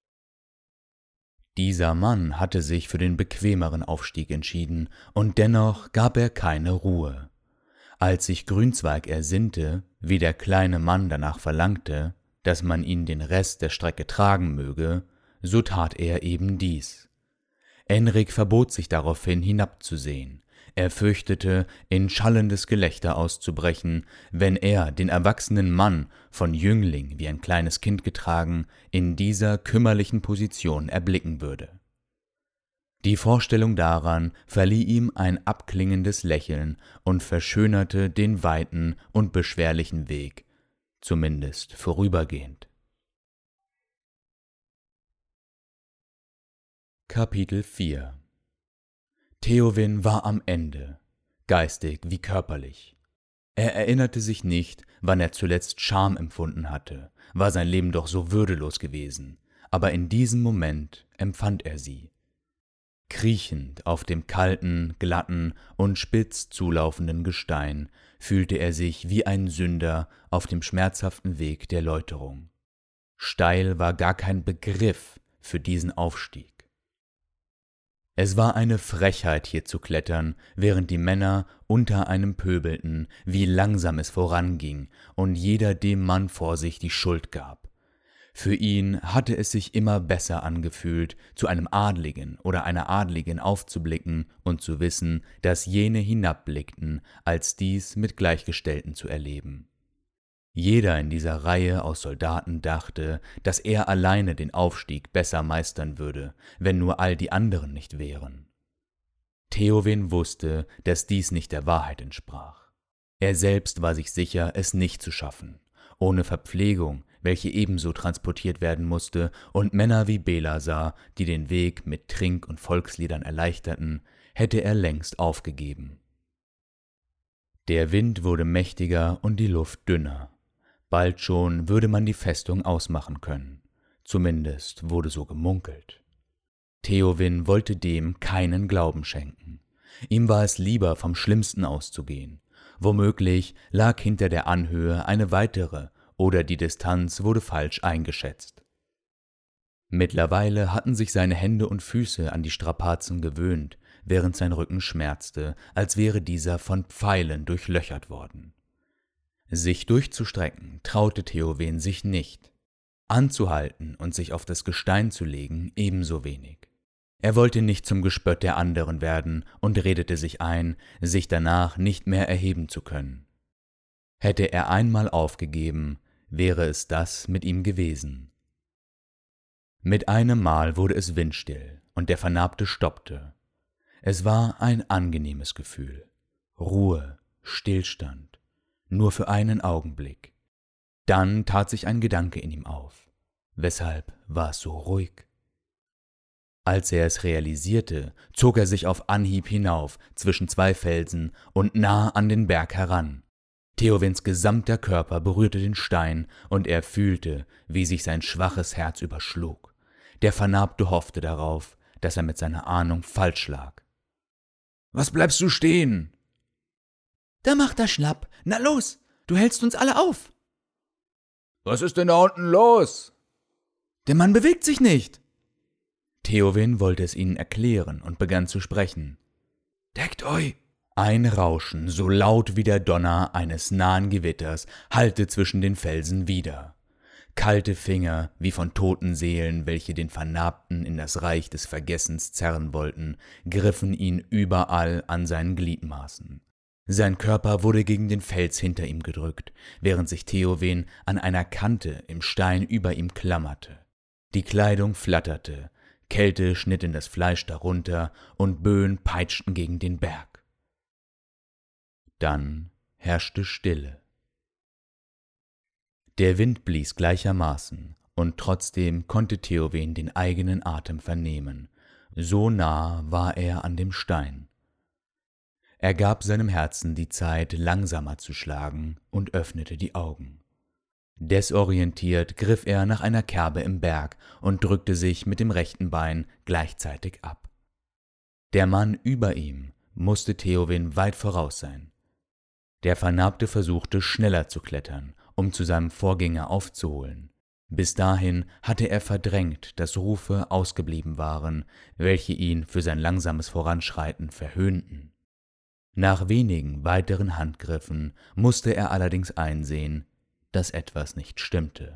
Dieser Mann hatte sich für den bequemeren Aufstieg entschieden, und dennoch gab er keine Ruhe. Als sich Grünzweig ersinnte, wie der kleine Mann danach verlangte, dass man ihn den Rest der Strecke tragen möge, so tat er eben dies. Enrik verbot sich daraufhin hinabzusehen. Er fürchtete, in schallendes Gelächter auszubrechen, wenn er den erwachsenen Mann, von Jüngling wie ein kleines Kind getragen, in dieser kümmerlichen Position erblicken würde. Die Vorstellung daran verlieh ihm ein abklingendes Lächeln und verschönerte den weiten und beschwerlichen Weg, zumindest vorübergehend. Kapitel 4 Theowin war am Ende, geistig wie körperlich. Er erinnerte sich nicht, wann er zuletzt Scham empfunden hatte, war sein Leben doch so würdelos gewesen, aber in diesem Moment empfand er sie. Kriechend auf dem kalten, glatten und spitz zulaufenden Gestein fühlte er sich wie ein Sünder auf dem schmerzhaften Weg der Läuterung. Steil war gar kein Begriff für diesen Aufstieg. Es war eine Frechheit, hier zu klettern, während die Männer unter einem pöbelten, wie langsam es voranging und jeder dem Mann vor sich die Schuld gab. Für ihn hatte es sich immer besser angefühlt, zu einem Adligen oder einer Adligen aufzublicken und zu wissen, dass jene hinabblickten, als dies mit Gleichgestellten zu erleben. Jeder in dieser Reihe aus Soldaten dachte, dass er alleine den Aufstieg besser meistern würde, wenn nur all die anderen nicht wären. Theowen wusste, dass dies nicht der Wahrheit entsprach. Er selbst war sich sicher, es nicht zu schaffen. Ohne Verpflegung, welche ebenso transportiert werden musste, und Männer wie Belasar, die den Weg mit Trink- und Volksliedern erleichterten, hätte er längst aufgegeben. Der Wind wurde mächtiger und die Luft dünner. Bald schon würde man die Festung ausmachen können. Zumindest wurde so gemunkelt. Theowen wollte dem keinen Glauben schenken. Ihm war es lieber, vom Schlimmsten auszugehen. Womöglich lag hinter der Anhöhe eine weitere, oder die Distanz wurde falsch eingeschätzt. Mittlerweile hatten sich seine Hände und Füße an die Strapazen gewöhnt, während sein Rücken schmerzte, als wäre dieser von Pfeilen durchlöchert worden. Sich durchzustrecken traute Theowen sich nicht. Anzuhalten und sich auf das Gestein zu legen ebenso wenig. Er wollte nicht zum Gespött der anderen werden und redete sich ein, sich danach nicht mehr erheben zu können. Hätte er einmal aufgegeben, wäre es das mit ihm gewesen. Mit einem Mal wurde es windstill und der Vernarbte stoppte. Es war ein angenehmes Gefühl. Ruhe, Stillstand, nur für einen Augenblick. Dann tat sich ein Gedanke in ihm auf. Weshalb war es so ruhig? Als er es realisierte, zog er sich auf Anhieb hinauf zwischen zwei Felsen und nah an den Berg heran. Theowens gesamter Körper berührte den Stein und er fühlte, wie sich sein schwaches Herz überschlug. Der Vernarbte hoffte darauf, dass er mit seiner Ahnung falsch lag. »Was bleibst du stehen?« »Da macht er schlapp. Na los, du hältst uns alle auf.« »Was ist denn da unten los?« »Der Mann bewegt sich nicht.« Theowen wollte es ihnen erklären und begann zu sprechen. »Deckt euch!« Ein Rauschen, so laut wie der Donner eines nahen Gewitters, hallte zwischen den Felsen wider. Kalte Finger, wie von toten Seelen, welche den Vernarbten in das Reich des Vergessens zerren wollten, griffen ihn überall an seinen Gliedmaßen. Sein Körper wurde gegen den Fels hinter ihm gedrückt, während sich Theowen an einer Kante im Stein über ihm klammerte. Die Kleidung flatterte, Kälte schnitt in das Fleisch darunter und Böen peitschten gegen den Berg. Dann herrschte Stille. Der Wind blies gleichermaßen, und trotzdem konnte Theowen den eigenen Atem vernehmen. So nah war er an dem Stein. Er gab seinem Herzen die Zeit, langsamer zu schlagen, und öffnete die Augen. Desorientiert griff er nach einer Kerbe im Berg und drückte sich mit dem rechten Bein gleichzeitig ab. Der Mann über ihm musste Theowen weit voraus sein. Der Vernarbte versuchte, schneller zu klettern, um zu seinem Vorgänger aufzuholen. Bis dahin hatte er verdrängt, dass Rufe ausgeblieben waren, welche ihn für sein langsames Voranschreiten verhöhnten. Nach wenigen weiteren Handgriffen musste er allerdings einsehen, dass etwas nicht stimmte.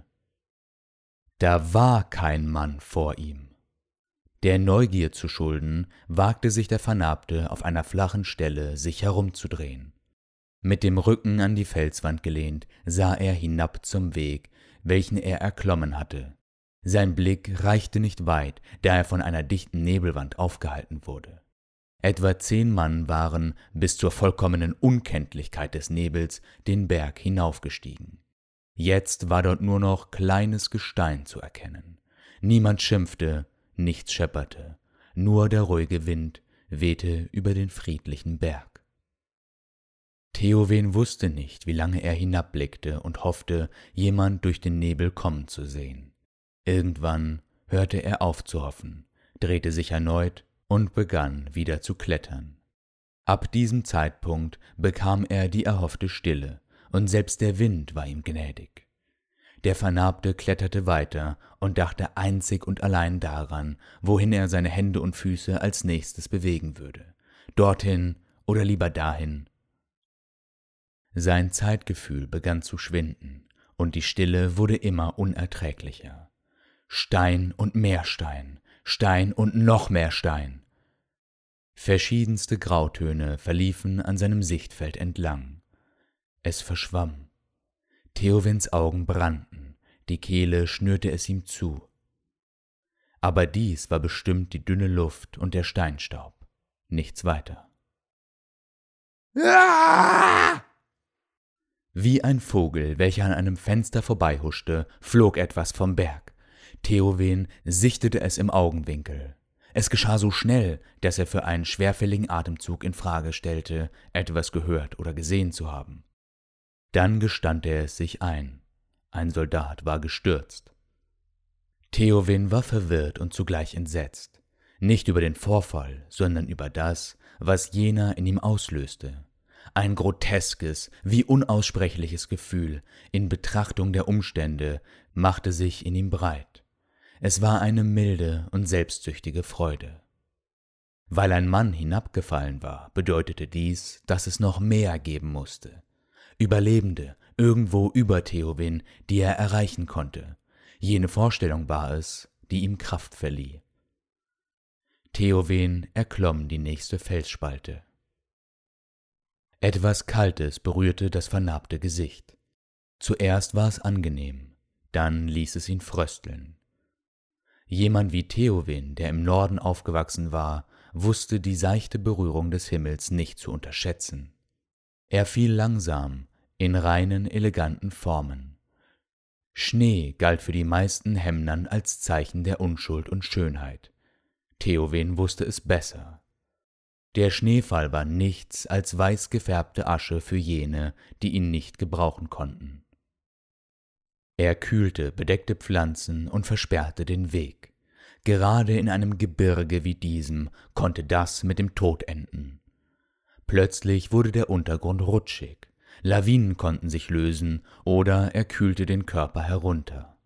Da war kein Mann vor ihm. Der Neugier zu schulden, wagte sich der Vernarbte auf einer flachen Stelle, sich herumzudrehen. Mit dem Rücken an die Felswand gelehnt, sah er hinab zum Weg, welchen er erklommen hatte. Sein Blick reichte nicht weit, da er von einer dichten Nebelwand aufgehalten wurde. Etwa 10 Mann waren, bis zur vollkommenen Unkenntlichkeit des Nebels, den Berg hinaufgestiegen. Jetzt war dort nur noch kleines Gestein zu erkennen. Niemand schimpfte, nichts schepperte, nur der ruhige Wind wehte über den friedlichen Berg. Theowen wusste nicht, wie lange er hinabblickte und hoffte, jemand durch den Nebel kommen zu sehen. Irgendwann hörte er auf zu hoffen, drehte sich erneut und begann wieder zu klettern. Ab diesem Zeitpunkt bekam er die erhoffte Stille, und selbst der Wind war ihm gnädig. Der Vernarbte kletterte weiter und dachte einzig und allein daran, wohin er seine Hände und Füße als nächstes bewegen würde. Dorthin oder lieber dahin. Sein Zeitgefühl begann zu schwinden, und die Stille wurde immer unerträglicher. Stein und mehr Stein, Stein und noch mehr Stein. Verschiedenste Grautöne verliefen an seinem Sichtfeld entlang. Es verschwamm. Theowins Augen brannten, die Kehle schnürte es ihm zu. Aber dies war bestimmt die dünne Luft und der Steinstaub, nichts weiter. Wie ein Vogel, welcher an einem Fenster vorbeihuschte, flog etwas vom Berg. Theowen sichtete es im Augenwinkel. Es geschah so schnell, dass er für einen schwerfälligen Atemzug in Frage stellte, etwas gehört oder gesehen zu haben. Dann gestand er es sich ein. Ein Soldat war gestürzt. Theowen war verwirrt und zugleich entsetzt. Nicht über den Vorfall, sondern über das, was jener in ihm auslöste. Ein groteskes, wie unaussprechliches Gefühl in Betrachtung der Umstände machte sich in ihm breit. Es war eine milde und selbstsüchtige Freude. Weil ein Mann hinabgefallen war, bedeutete dies, dass es noch mehr geben musste. Überlebende, irgendwo über Theowen, die er erreichen konnte. Jene Vorstellung war es, die ihm Kraft verlieh. Theowen erklomm die nächste Felsspalte. Etwas Kaltes berührte das vernarbte Gesicht. Zuerst war es angenehm, dann ließ es ihn frösteln. Jemand wie Theowen, der im Norden aufgewachsen war, wusste die seichte Berührung des Himmels nicht zu unterschätzen. Er fiel langsam, in reinen, eleganten Formen. Schnee galt für die meisten Hemnern als Zeichen der Unschuld und Schönheit. Theowen wusste es besser. Der Schneefall war nichts als weiß gefärbte Asche für jene, die ihn nicht gebrauchen konnten. Er kühlte bedeckte Pflanzen und versperrte den Weg. Gerade in einem Gebirge wie diesem konnte das mit dem Tod enden. Plötzlich wurde der Untergrund rutschig. Lawinen konnten sich lösen oder er kühlte den Körper herunter.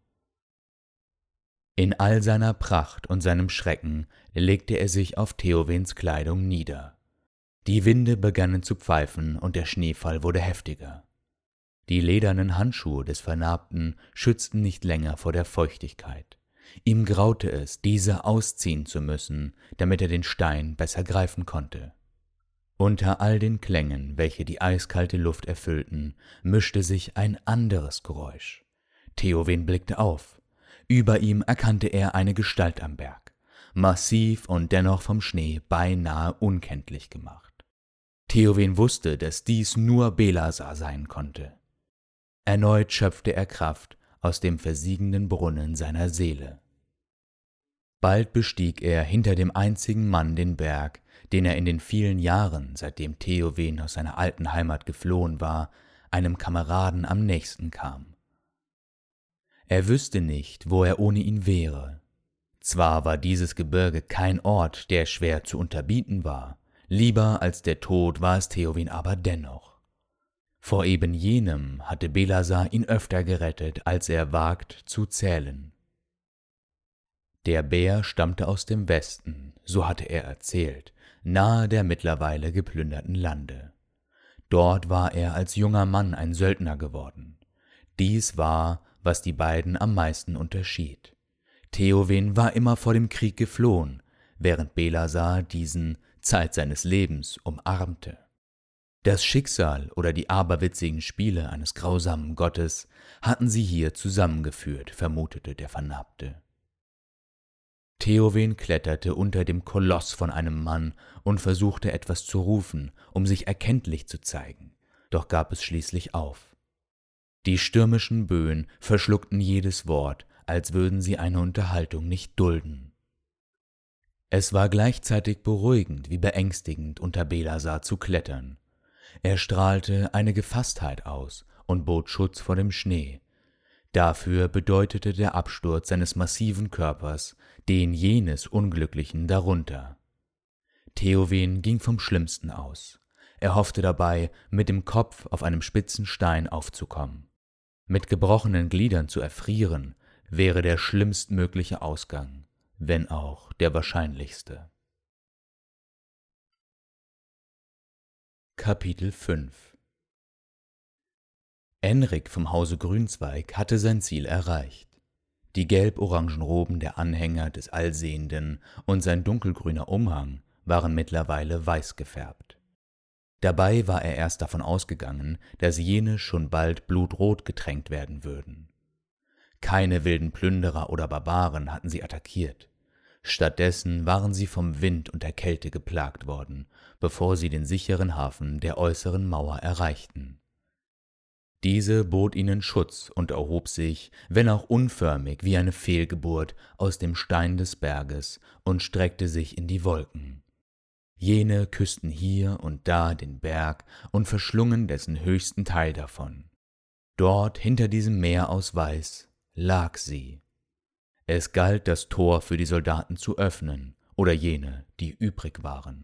In all seiner Pracht und seinem Schrecken legte er sich auf Theowens Kleidung nieder. Die Winde begannen zu pfeifen und der Schneefall wurde heftiger. Die ledernen Handschuhe des Vernarbten schützten nicht länger vor der Feuchtigkeit. Ihm graute es, diese ausziehen zu müssen, damit er den Stein besser greifen konnte. Unter all den Klängen, welche die eiskalte Luft erfüllten, mischte sich ein anderes Geräusch. Theowen blickte auf. Über ihm erkannte er eine Gestalt am Berg, massiv und dennoch vom Schnee beinahe unkenntlich gemacht. Theowen wusste, dass dies nur Belasar sein konnte. Erneut schöpfte er Kraft aus dem versiegenden Brunnen seiner Seele. Bald bestieg er hinter dem einzigen Mann den Berg, den er in den vielen Jahren, seitdem Theowen aus seiner alten Heimat geflohen war, einem Kameraden am nächsten kam. Er wüsste nicht, wo er ohne ihn wäre. Zwar war dieses Gebirge kein Ort, der schwer zu unterbieten war, lieber als der Tod war es Theowen aber dennoch. Vor eben jenem hatte Belasar ihn öfter gerettet, als er wagt zu zählen. Der Bär stammte aus dem Westen, so hatte er erzählt, nahe der mittlerweile geplünderten Lande. Dort war er als junger Mann ein Söldner geworden. Dies war, was die beiden am meisten unterschied. Theowen war immer vor dem Krieg geflohen, während Belasar diesen Zeit seines Lebens umarmte. Das Schicksal oder die aberwitzigen Spiele eines grausamen Gottes hatten sie hier zusammengeführt, vermutete der Vernarbte. Theowen kletterte unter dem Koloss von einem Mann und versuchte etwas zu rufen, um sich erkenntlich zu zeigen, doch gab es schließlich auf. Die stürmischen Böen verschluckten jedes Wort, als würden sie eine Unterhaltung nicht dulden. Es war gleichzeitig beruhigend wie beängstigend, unter Belasar zu klettern. Er strahlte eine Gefasstheit aus und bot Schutz vor dem Schnee. Dafür bedeutete der Absturz seines massiven Körpers den jenes Unglücklichen darunter. Theowen ging vom Schlimmsten aus. Er hoffte dabei, mit dem Kopf auf einem spitzen Stein aufzukommen. Mit gebrochenen Gliedern zu erfrieren, wäre der schlimmstmögliche Ausgang, wenn auch der wahrscheinlichste. Kapitel 5 Enrik vom Hause Grünzweig hatte sein Ziel erreicht. Die gelb-orangen Roben der Anhänger des Allsehenden und sein dunkelgrüner Umhang waren mittlerweile weiß gefärbt. Dabei war er erst davon ausgegangen, dass jene schon bald blutrot getränkt werden würden. Keine wilden Plünderer oder Barbaren hatten sie attackiert. Stattdessen waren sie vom Wind und der Kälte geplagt worden, bevor sie den sicheren Hafen der äußeren Mauer erreichten. Diese bot ihnen Schutz und erhob sich, wenn auch unförmig wie eine Fehlgeburt, aus dem Stein des Berges und streckte sich in die Wolken. Jene küssten hier und da den Berg und verschlungen dessen höchsten Teil davon. Dort, hinter diesem Meer aus Weiß, lag sie. Es galt, das Tor für die Soldaten zu öffnen, oder jene, die übrig waren.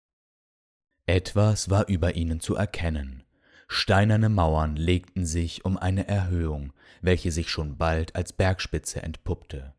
Etwas war über ihnen zu erkennen. Steinerne Mauern legten sich um eine Erhöhung, welche sich schon bald als Bergspitze entpuppte.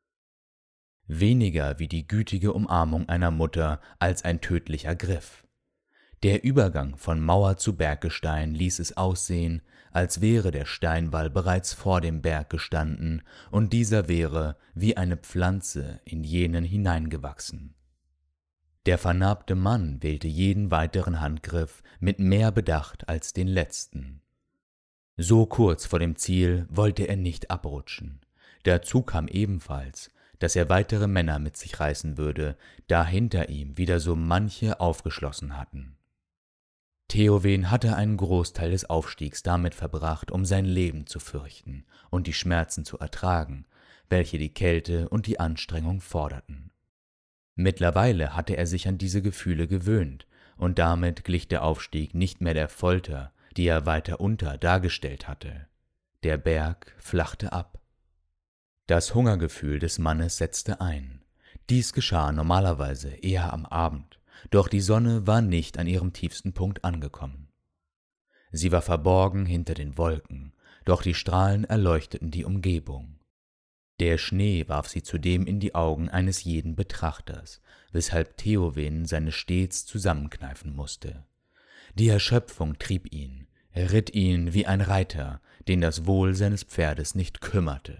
Weniger wie die gütige Umarmung einer Mutter als ein tödlicher Griff. Der Übergang von Mauer zu Berggestein ließ es aussehen, als wäre der Steinwall bereits vor dem Berg gestanden und dieser wäre wie eine Pflanze in jenen hineingewachsen. Der vernarbte Mann wählte jeden weiteren Handgriff mit mehr Bedacht als den letzten. So kurz vor dem Ziel wollte er nicht abrutschen. Dazu kam ebenfalls, dass er weitere Männer mit sich reißen würde, da hinter ihm wieder so manche aufgeschlossen hatten. Theowen hatte einen Großteil des Aufstiegs damit verbracht, um sein Leben zu fürchten und die Schmerzen zu ertragen, welche die Kälte und die Anstrengung forderten. Mittlerweile hatte er sich an diese Gefühle gewöhnt, und damit glich der Aufstieg nicht mehr der Folter, die er weiter unter dargestellt hatte. Der Berg flachte ab. Das Hungergefühl des Mannes setzte ein. Dies geschah normalerweise eher am Abend, doch die Sonne war nicht an ihrem tiefsten Punkt angekommen. Sie war verborgen hinter den Wolken, doch die Strahlen erleuchteten die Umgebung. Der Schnee warf sie zudem in die Augen eines jeden Betrachters, weshalb Theowen seine stets zusammenkneifen musste. Die Erschöpfung trieb ihn, er ritt ihn wie ein Reiter, den das Wohl seines Pferdes nicht kümmerte.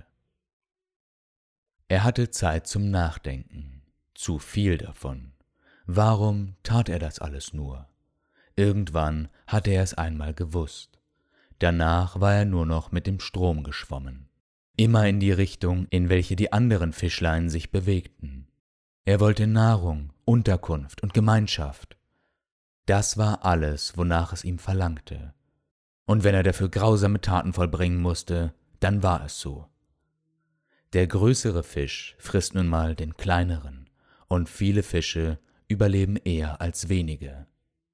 Er hatte Zeit zum Nachdenken, zu viel davon. Warum tat er das alles nur? Irgendwann hatte er es einmal gewusst. Danach war er nur noch mit dem Strom geschwommen, immer in die Richtung, in welche die anderen Fischlein sich bewegten. Er wollte Nahrung, Unterkunft und Gemeinschaft. Das war alles, wonach es ihm verlangte. Und wenn er dafür grausame Taten vollbringen musste, dann war es so. Der größere Fisch frisst nun mal den kleineren, und viele Fische überleben eher als wenige.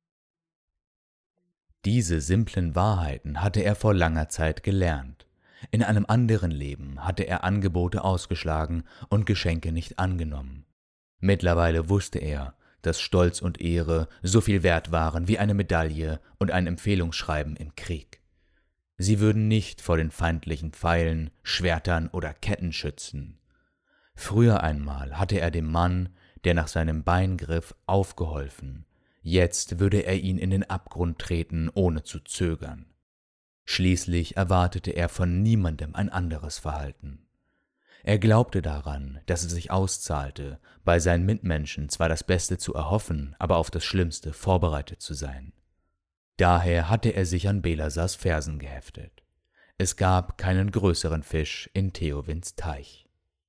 Diese simplen Wahrheiten hatte er vor langer Zeit gelernt. In einem anderen Leben hatte er Angebote ausgeschlagen und Geschenke nicht angenommen. Mittlerweile wusste er, dass Stolz und Ehre so viel wert waren wie eine Medaille und ein Empfehlungsschreiben im Krieg. Sie würden nicht vor den feindlichen Pfeilen, Schwertern oder Ketten schützen. Früher einmal hatte er dem Mann, der nach seinem Bein griff, aufgeholfen. Jetzt würde er ihn in den Abgrund treten, ohne zu zögern. Schließlich erwartete er von niemandem ein anderes Verhalten. Er glaubte daran, dass es sich auszahlte, bei seinen Mitmenschen zwar das Beste zu erhoffen, aber auf das Schlimmste vorbereitet zu sein. Daher hatte er sich an Belasars Fersen geheftet. Es gab keinen größeren Fisch in Theowens Teich.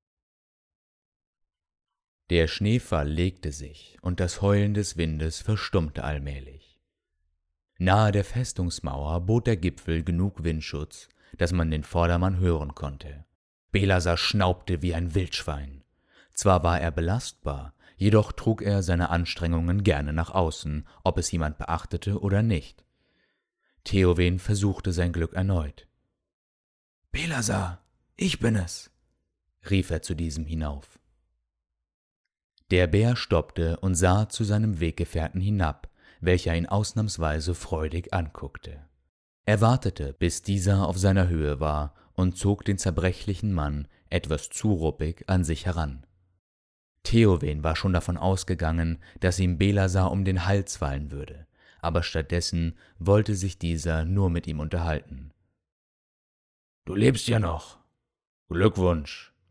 Der Schneefall legte sich und das Heulen des Windes verstummte allmählich. Nahe der Festungsmauer bot der Gipfel genug Windschutz, dass man den Vordermann hören konnte. Belasar schnaubte wie ein Wildschwein. Zwar war er belastbar, jedoch trug er seine Anstrengungen gerne nach außen, ob es jemand beachtete oder nicht. Theowen versuchte sein Glück erneut. »Belasar, ich bin es«, rief er zu diesem hinauf. Der Bär stoppte und sah zu seinem Weggefährten hinab, welcher ihn ausnahmsweise freudig anguckte. Er wartete, bis dieser auf seiner Höhe war und zog den zerbrechlichen Mann etwas zu ruppig an sich heran. Theowen war schon davon ausgegangen, dass ihm Belasar um den Hals fallen würde, aber stattdessen wollte sich dieser nur mit ihm unterhalten. »Du lebst ja noch. Glückwunsch«,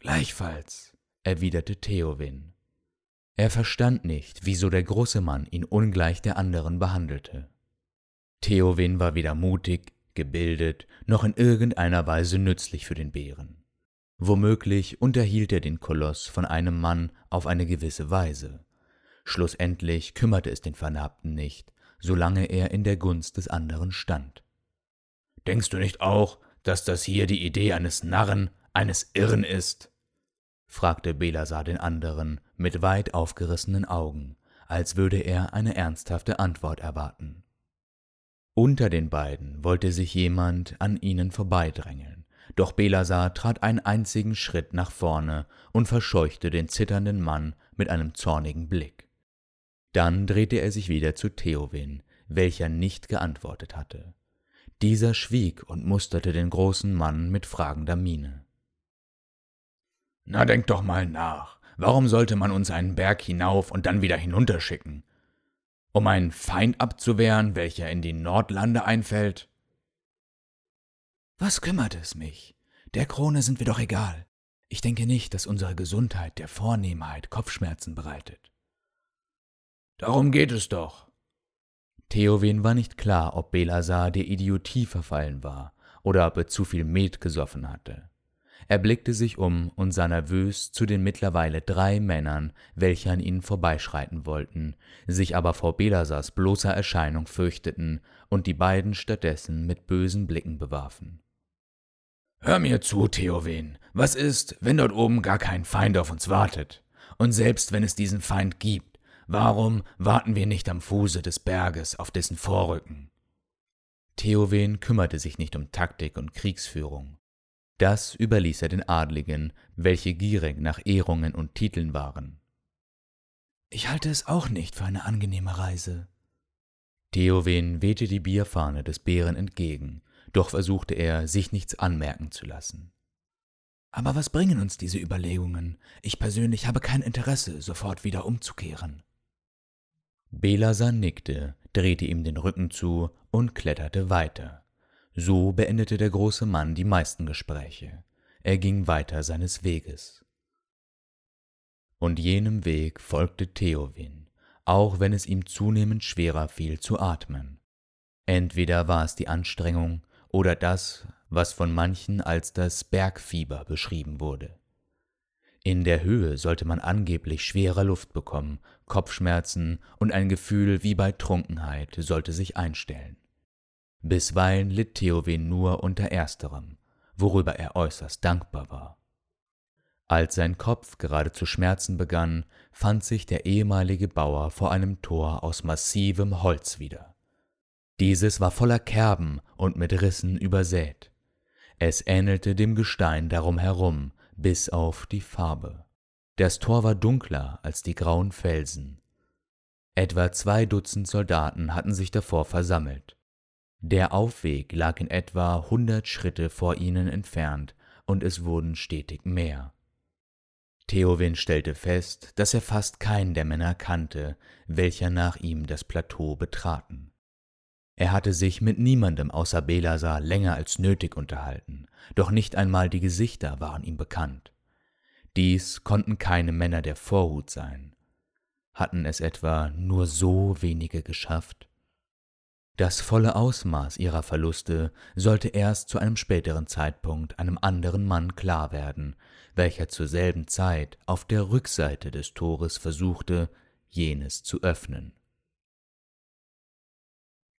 Gleichfalls, erwiderte Theowin. Er verstand nicht, wieso der große Mann ihn ungleich der anderen behandelte. Theowin war weder mutig, gebildet, noch in irgendeiner Weise nützlich für den Bären. Womöglich unterhielt er den Koloss von einem Mann auf eine gewisse Weise. Schlussendlich kümmerte es den Vernarbten nicht, solange er in der Gunst des anderen stand. »Denkst du nicht auch, dass das hier die Idee eines Narren, eines Irren ist?« fragte Belasar den anderen mit weit aufgerissenen Augen, als würde er eine ernsthafte Antwort erwarten. Unter den beiden wollte sich jemand an ihnen vorbeidrängeln, doch Belasar trat einen einzigen Schritt nach vorne und verscheuchte den zitternden Mann mit einem zornigen Blick. Dann drehte er sich wieder zu Theowin, welcher nicht geantwortet hatte. Dieser schwieg und musterte den großen Mann mit fragender Miene. »Na, denk doch mal nach. Warum sollte man uns einen Berg hinauf und dann wieder hinunterschicken? Um einen Feind abzuwehren, welcher in die Nordlande einfällt?« »Was kümmert es mich? Der Krone sind wir doch egal. Ich denke nicht, dass unsere Gesundheit der Vornehmheit Kopfschmerzen bereitet.« »Darum geht es doch.« Theowin war nicht klar, ob Belasar der Idiotie verfallen war oder ob er zu viel Met gesoffen hatte. Er blickte sich um und sah nervös zu den mittlerweile 3 Männern, welche an ihnen vorbeischreiten wollten, sich aber vor Belasars bloßer Erscheinung fürchteten und die beiden stattdessen mit bösen Blicken bewarfen. »Hör mir zu, Theowin. Was ist, wenn dort oben gar kein Feind auf uns wartet? Und selbst wenn es diesen Feind gibt, warum warten wir nicht am Fuße des Berges auf dessen Vorrücken?« Theowin kümmerte sich nicht um Taktik und Kriegsführung. Das überließ er den Adligen, welche gierig nach Ehrungen und Titeln waren. »Ich halte es auch nicht für eine angenehme Reise.« Theowin wehte die Bierfahne des Bären entgegen, doch versuchte er, sich nichts anmerken zu lassen. »Aber was bringen uns diese Überlegungen? Ich persönlich habe kein Interesse, sofort wieder umzukehren.« Belasar nickte, drehte ihm den Rücken zu und kletterte weiter. So beendete der große Mann die meisten Gespräche. Er ging weiter seines Weges. Und jenem Weg folgte Theowin, auch wenn es ihm zunehmend schwerer fiel zu atmen. Entweder war es die Anstrengung oder das, was von manchen als das Bergfieber beschrieben wurde. In der Höhe sollte man angeblich schwere Luft bekommen, Kopfschmerzen und ein Gefühl wie bei Trunkenheit sollte sich einstellen. Bisweilen litt Theowin nur unter ersterem, worüber er äußerst dankbar war. Als sein Kopf gerade zu schmerzen begann, fand sich der ehemalige Bauer vor einem Tor aus massivem Holz wieder. Dieses war voller Kerben und mit Rissen übersät. Es ähnelte dem Gestein darum herum, bis auf die Farbe. Das Tor war dunkler als die grauen Felsen. Etwa 2 Dutzend Soldaten hatten sich davor versammelt. Der Aufweg lag in etwa 100 Schritte vor ihnen entfernt, und es wurden stetig mehr. Theowin stellte fest, dass er fast keinen der Männer kannte, welche nach ihm das Plateau betraten. Er hatte sich mit niemandem außer Belasar länger als nötig unterhalten, doch nicht einmal die Gesichter waren ihm bekannt. Dies konnten keine Männer der Vorhut sein. Hatten es etwa nur so wenige geschafft? Das volle Ausmaß ihrer Verluste sollte erst zu einem späteren Zeitpunkt einem anderen Mann klar werden, welcher zur selben Zeit auf der Rückseite des Tores versuchte, jenes zu öffnen.